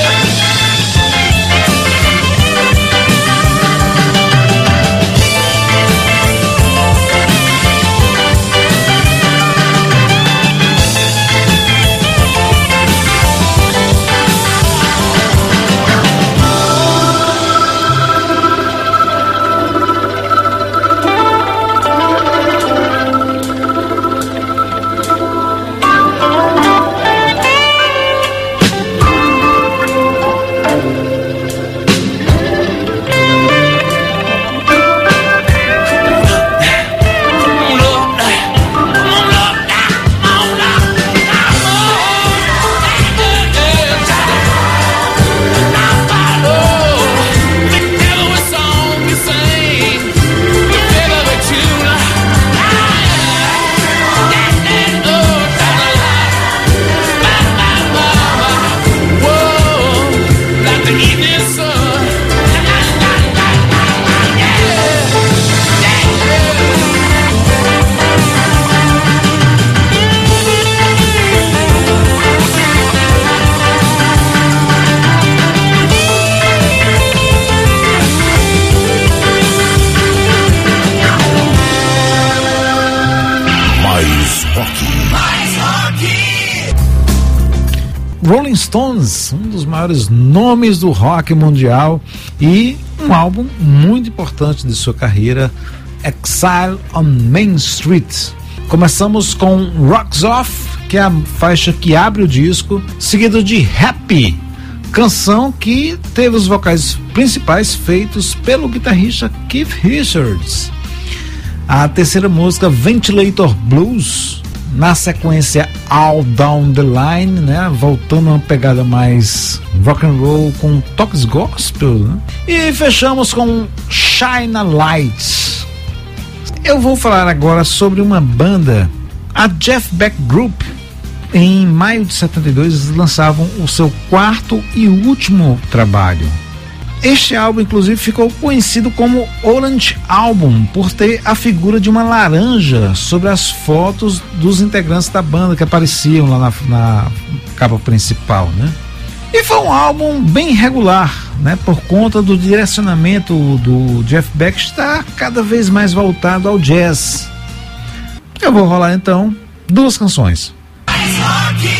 Rolling Stones, um dos maiores nomes do rock mundial e um álbum muito importante de sua carreira, Exile on Main Street. Começamos com Rocks Off, que é a faixa que abre o disco, seguido de Happy, canção que teve os vocais principais feitos pelo guitarrista Keith Richards. A terceira música, Ventilator Blues, na sequência All Down the Line, né, voltando a uma pegada mais rock and roll com toques gospel, né? E fechamos com Shine a Light. Eu vou falar agora sobre uma banda, a Jeff Beck Group. Em maio de setenta e dois eles lançavam o seu quarto e último trabalho. Este álbum, inclusive, ficou conhecido como Orange Album, por ter a figura de uma laranja sobre as fotos dos integrantes da banda que apareciam lá na, na capa principal, né? E foi um álbum bem regular, né? Por conta do direcionamento do Jeff Beck estar cada vez mais voltado ao jazz. Eu vou rolar então duas canções. Mais rock.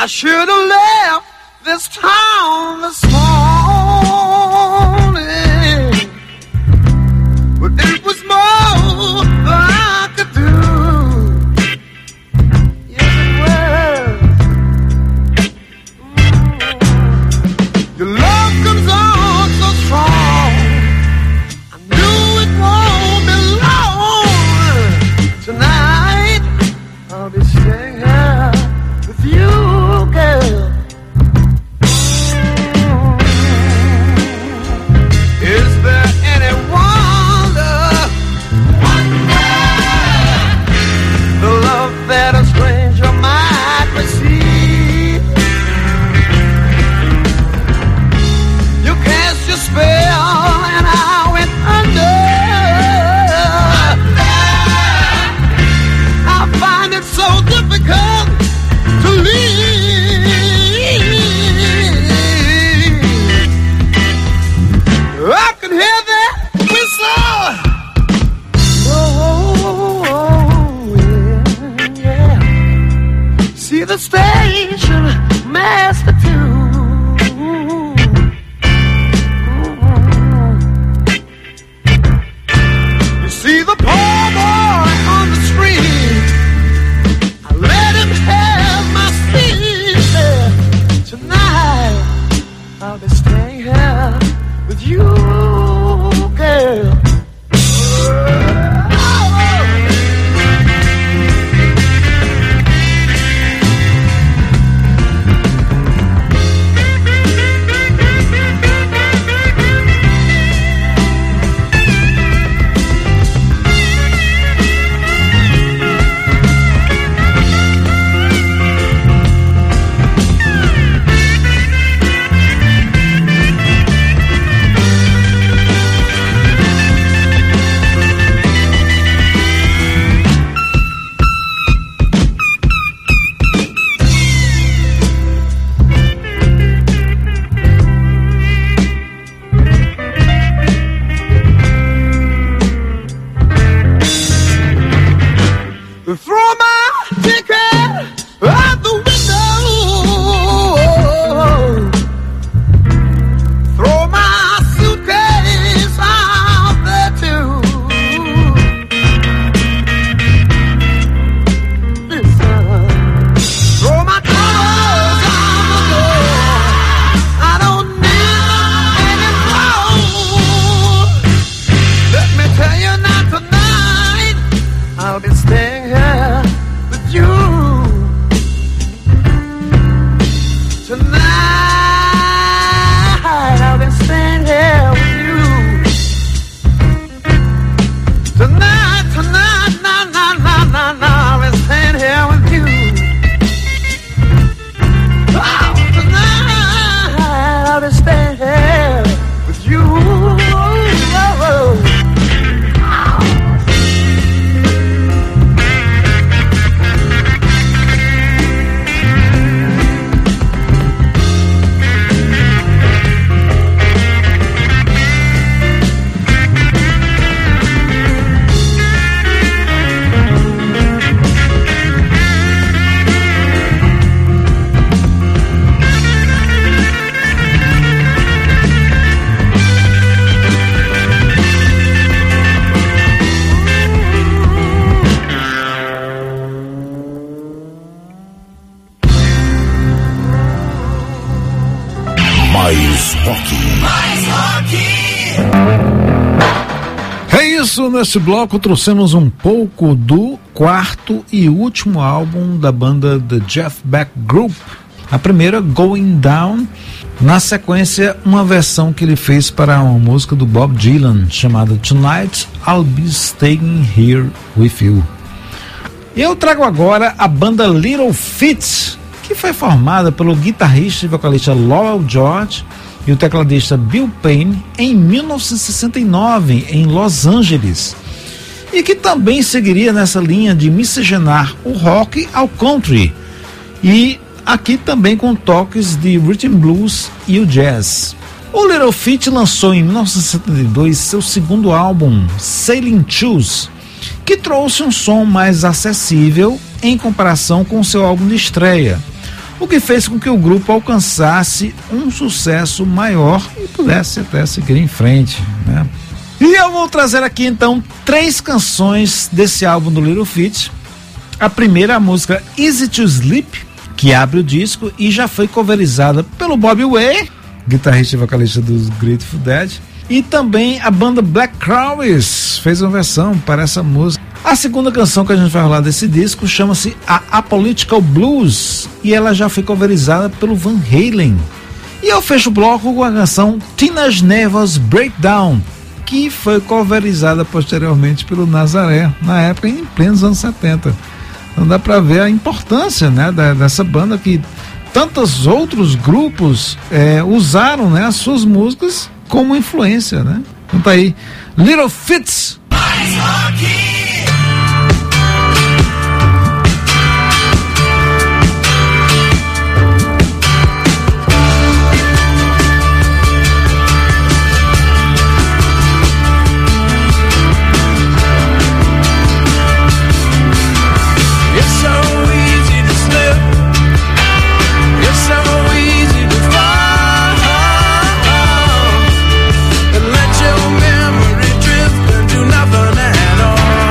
I should have left this town this morning, but it was more than I could do. Yes, it was. Mm. Your love comes on so strong. I knew it won't be long. Tonight I'll be staying here with you, girl. Is there any wonder, wonder, the love that a stranger might receive? You cast your spell and I went under. I find it so difficult to leave. I can hear that whistle. Oh, yeah, yeah. See the station master too. You see the poor boy on the street. I let him have my seat there. Tonight I'll be staying here with you, girl. Throw my ticket out the window. Throw my suitcase out there too. Listen, throw my clothes out the door. I don't need any more. Let me tell you now, tonight I'll be staying here with you. Tonight I'll be staying here with you. Tonight, tonight, nah, nah, nah, nah, nah, I'll be staying here with you. Oh, tonight I'll be staying here with you. Oh, oh, oh. Mais rock. Mais rock. É isso, nesse bloco trouxemos um pouco do quarto e último álbum da banda The Jeff Beck Group. A primeira, Going Down, na sequência uma versão que ele fez para uma música do Bob Dylan chamada Tonight I'll Be Staying Here With You. Eu trago agora a banda Little Feat, que foi formada pelo guitarrista e vocalista Lowell George e o tecladista Bill Payne em mil novecentos e sessenta e nove em Los Angeles, e que também seguiria nessa linha de miscigenar o rock ao country, e aqui também com toques de rhythm blues e o jazz. O Little Feat lançou em mil novecentos e setenta e dois seu segundo álbum, Sailing Shoes, que trouxe um som mais acessível em comparação com seu álbum de estreia, o que fez com que o grupo alcançasse um sucesso maior e pudesse até seguir em frente, né? E eu vou trazer aqui então três canções desse álbum do Little Feat. A primeira é a música Easy to Sleep, que abre o disco e já foi coverizada pelo Bobby Way, guitarrista e vocalista dos Grateful Dead, e também a banda Black Crowes fez uma versão para essa música. A segunda canção que a gente vai rolar desse disco chama-se A Apolitical Blues e ela já foi coverizada pelo Van Halen. E eu fecho o bloco com a canção Teenage Nervous Breakdown, que foi coverizada posteriormente pelo Nazaré, na época em plenos anos setenta. Então dá pra ver a importância, né, da, dessa banda, que tantos outros grupos é, usaram, né, as suas músicas como influência, né? Então tá aí, Little Feat. Mais rock. Let your memory drift and do nothing at all.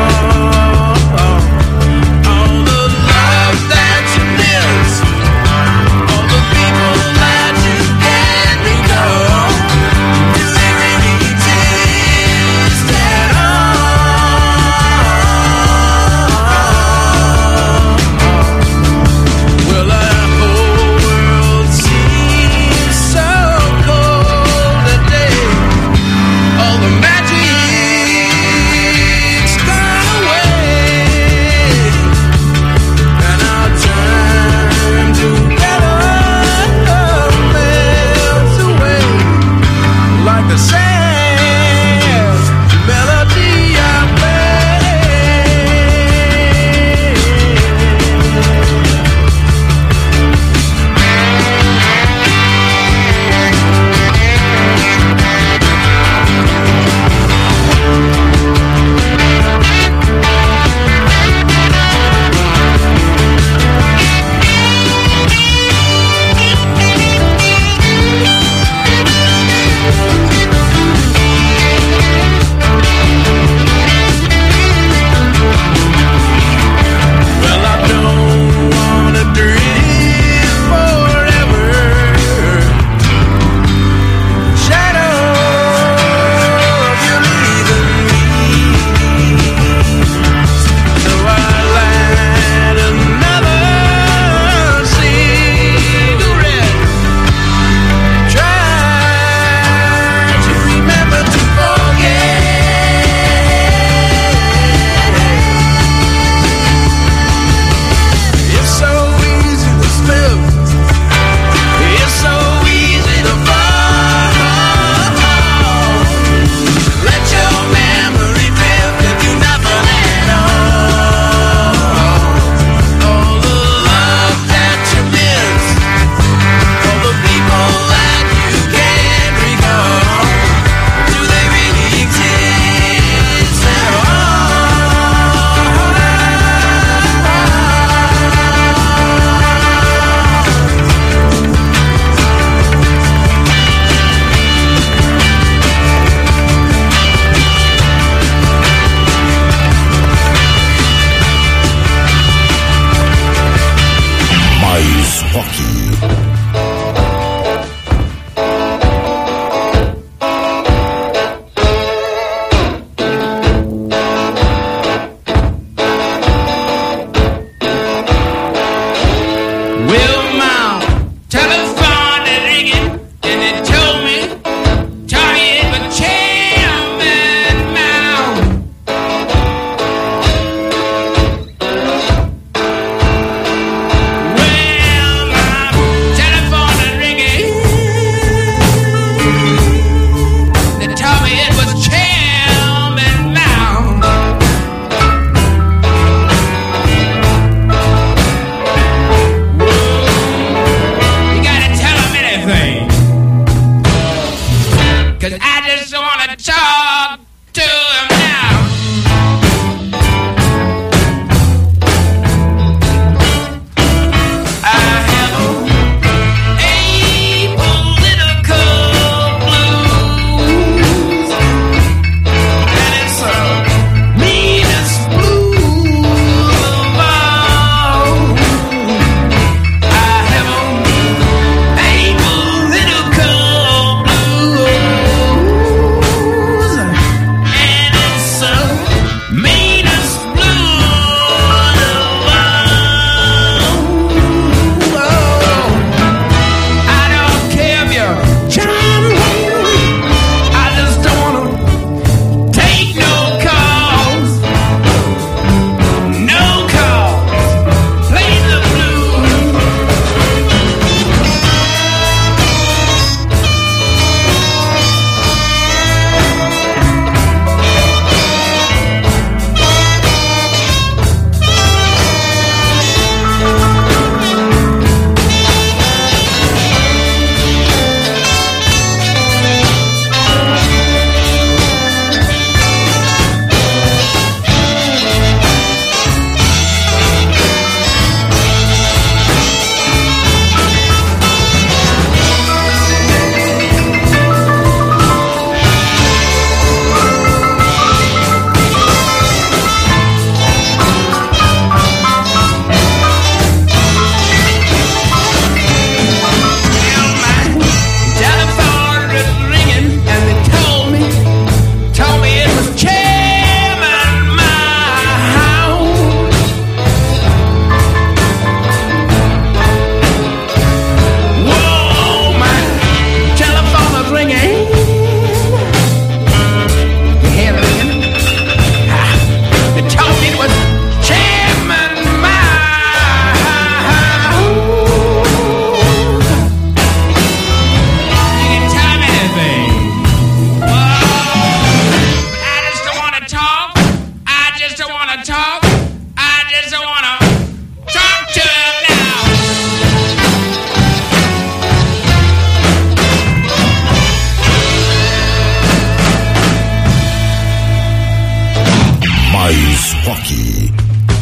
Rock.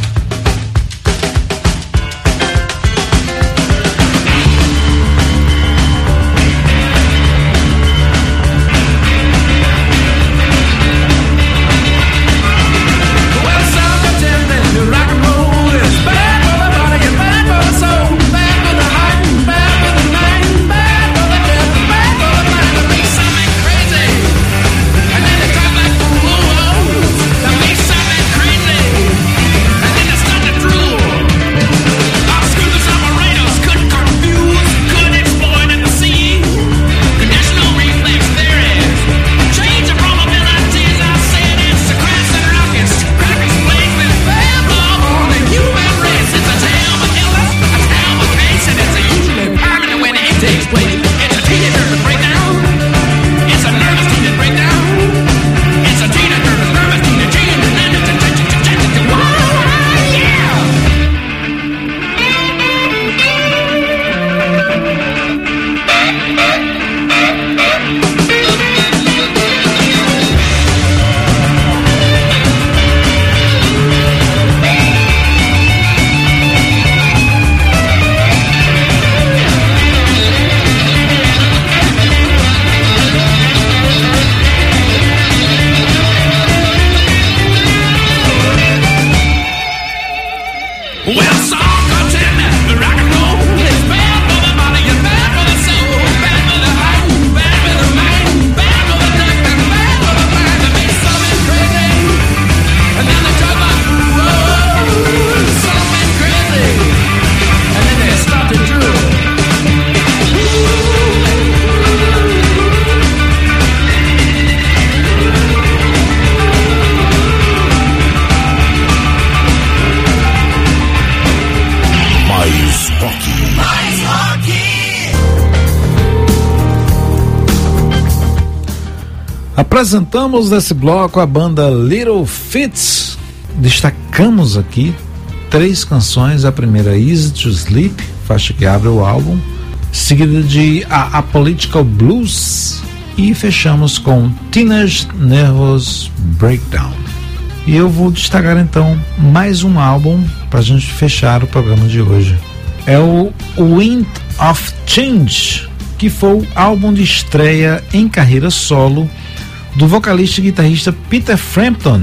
Apresentamos nesse bloco a banda Little Fits. Destacamos aqui três canções. A primeira, Easy to Sleep, faixa que abre o álbum, seguida de A Apolitical Blues, e fechamos com Teenage Nervous Breakdown. E eu vou destacar então mais um álbum para a gente fechar o programa de hoje. É o Wind of Change, que foi o álbum de estreia em carreira solo do vocalista e guitarrista Peter Frampton,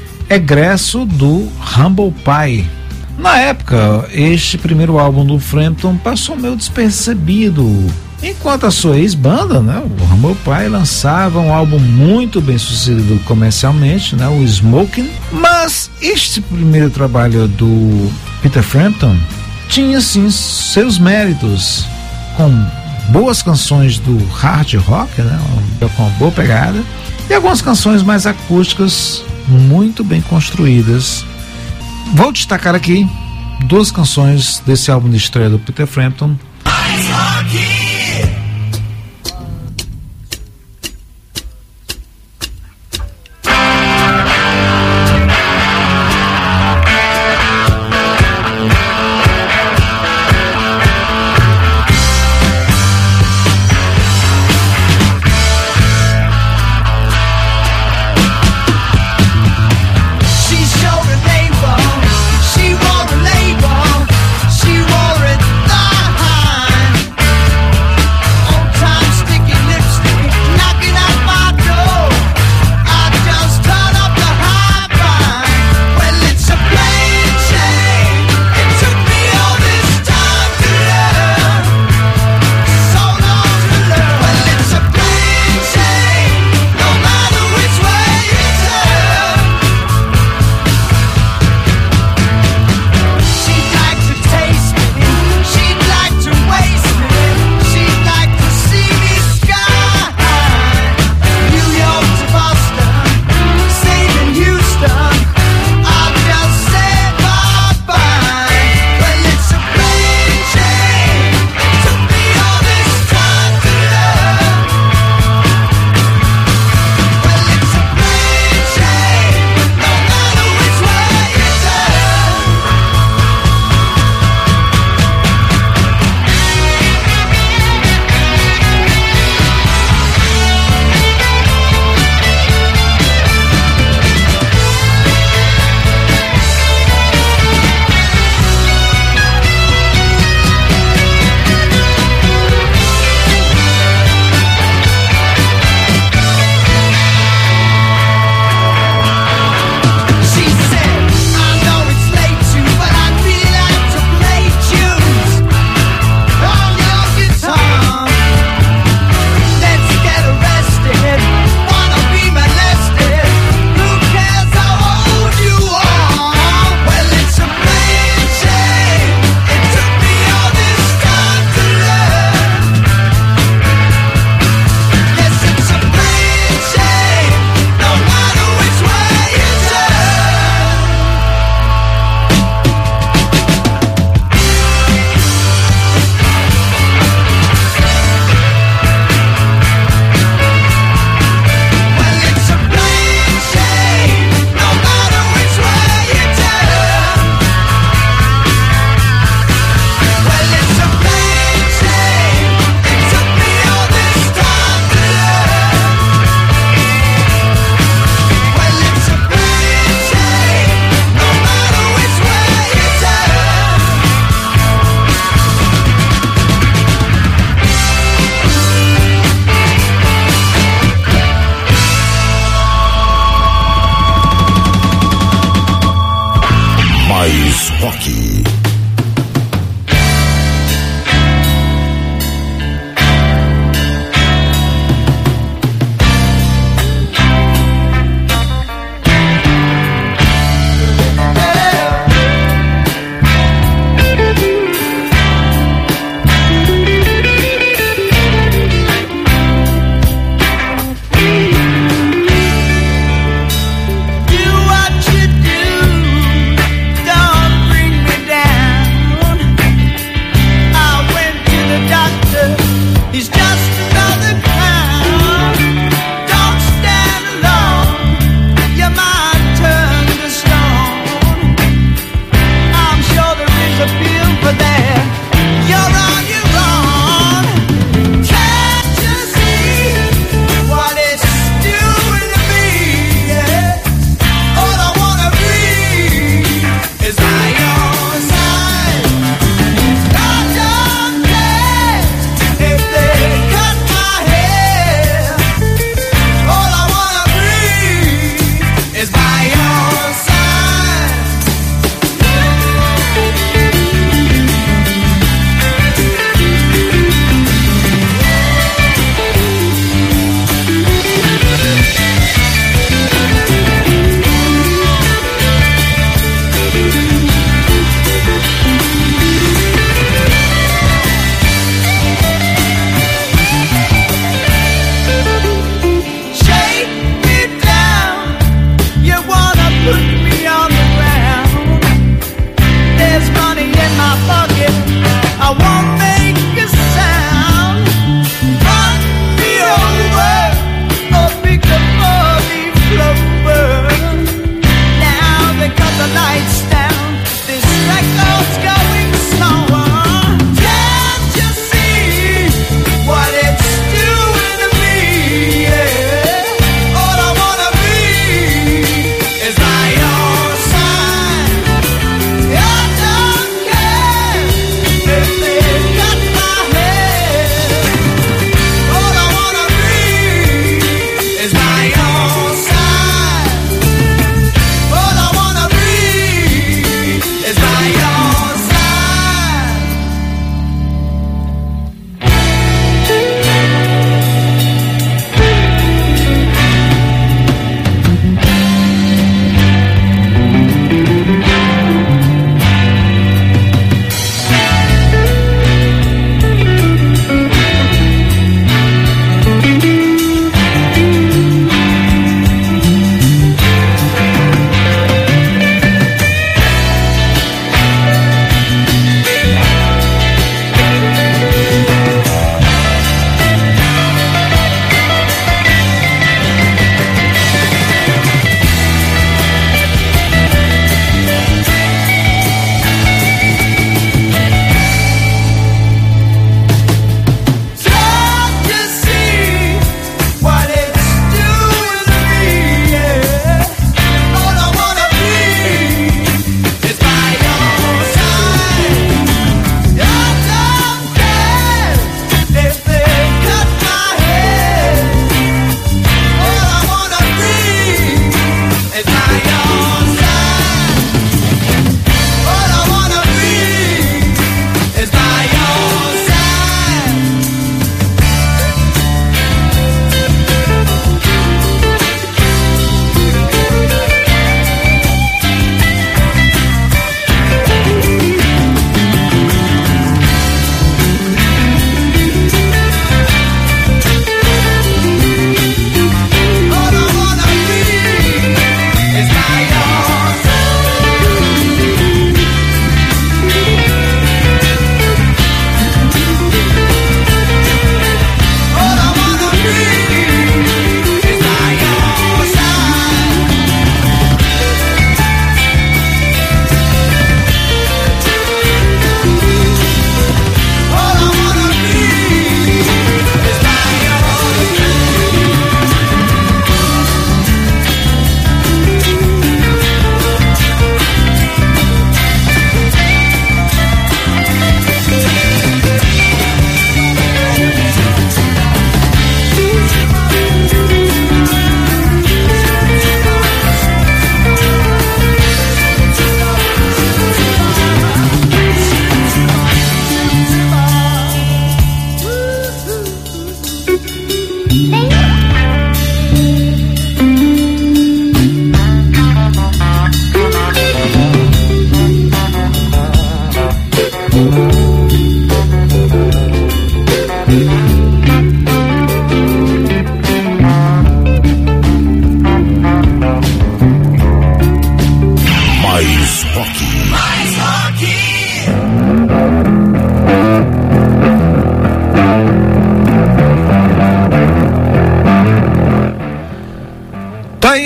egresso do Humble Pie. Na época, este primeiro álbum do Frampton passou meio despercebido, enquanto a sua ex-banda, né, o Humble Pie, lançava um álbum muito bem sucedido comercialmente, né, o Smoking. Mas este primeiro trabalho do Peter Frampton tinha sim seus méritos, com boas canções do hard rock, né, com uma boa pegada, e algumas canções mais acústicas muito bem construídas. Vou destacar aqui duas canções desse álbum de estreia do Peter Frampton. She wore a label, she wore it the high. Mais Rock. Do what you do, don't bring me down.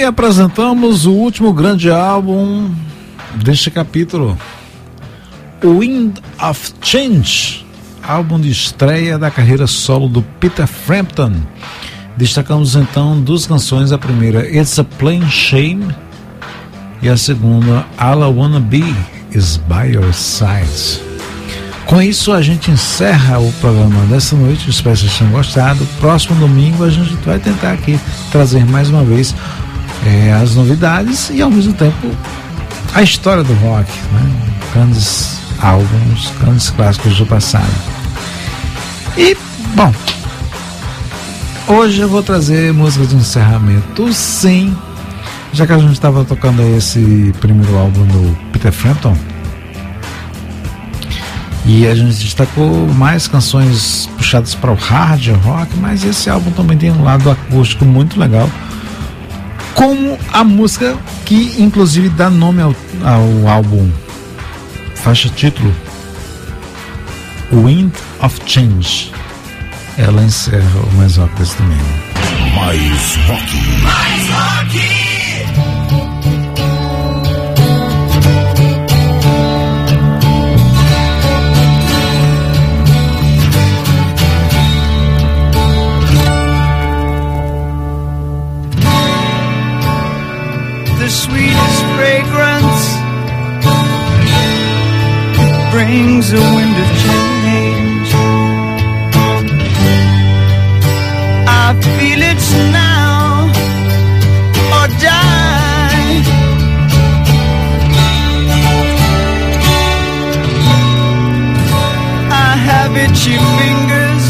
E apresentamos o último grande álbum deste capítulo, Wind of Change, álbum de estreia da carreira solo do Peter Frampton. Destacamos então duas canções, a primeira It's a Plain Shame e a segunda All I Wanna Be Is By Your Side. Com isso a gente encerra o programa dessa noite, espero que vocês tenham gostado. Próximo domingo a gente vai tentar aqui trazer mais uma vez é, as novidades e ao mesmo tempo a história do rock, né? Grandes álbuns, grandes clássicos do passado. E, bom, hoje eu vou trazer músicas de encerramento, sim, já que a gente estava tocando esse primeiro álbum do Peter Frampton. E a gente destacou mais canções puxadas para o hard rock, mas esse álbum também tem um lado acústico muito legal, como a música que inclusive dá nome ao, ao álbum, faixa título, Wind of Change. Ela encerra o Mais Rock desse domingo. Mais Rock. Mais Rock. The sweetest fragrance brings a wind of change. I feel it's now or die. I have itchy fingers.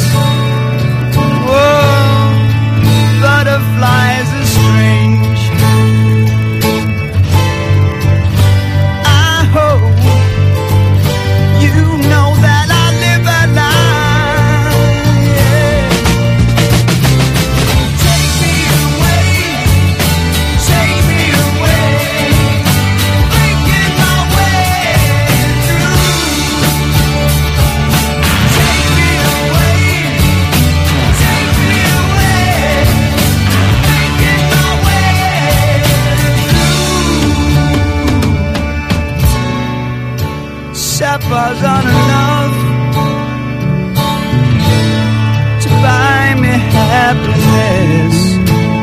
Whoa, butterflies are strange. Sapphires aren't enough to buy me happiness.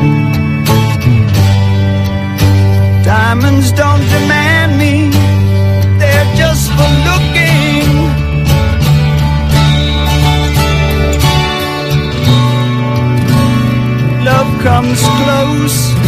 Diamonds don't demand me, they're just for looking. Love comes close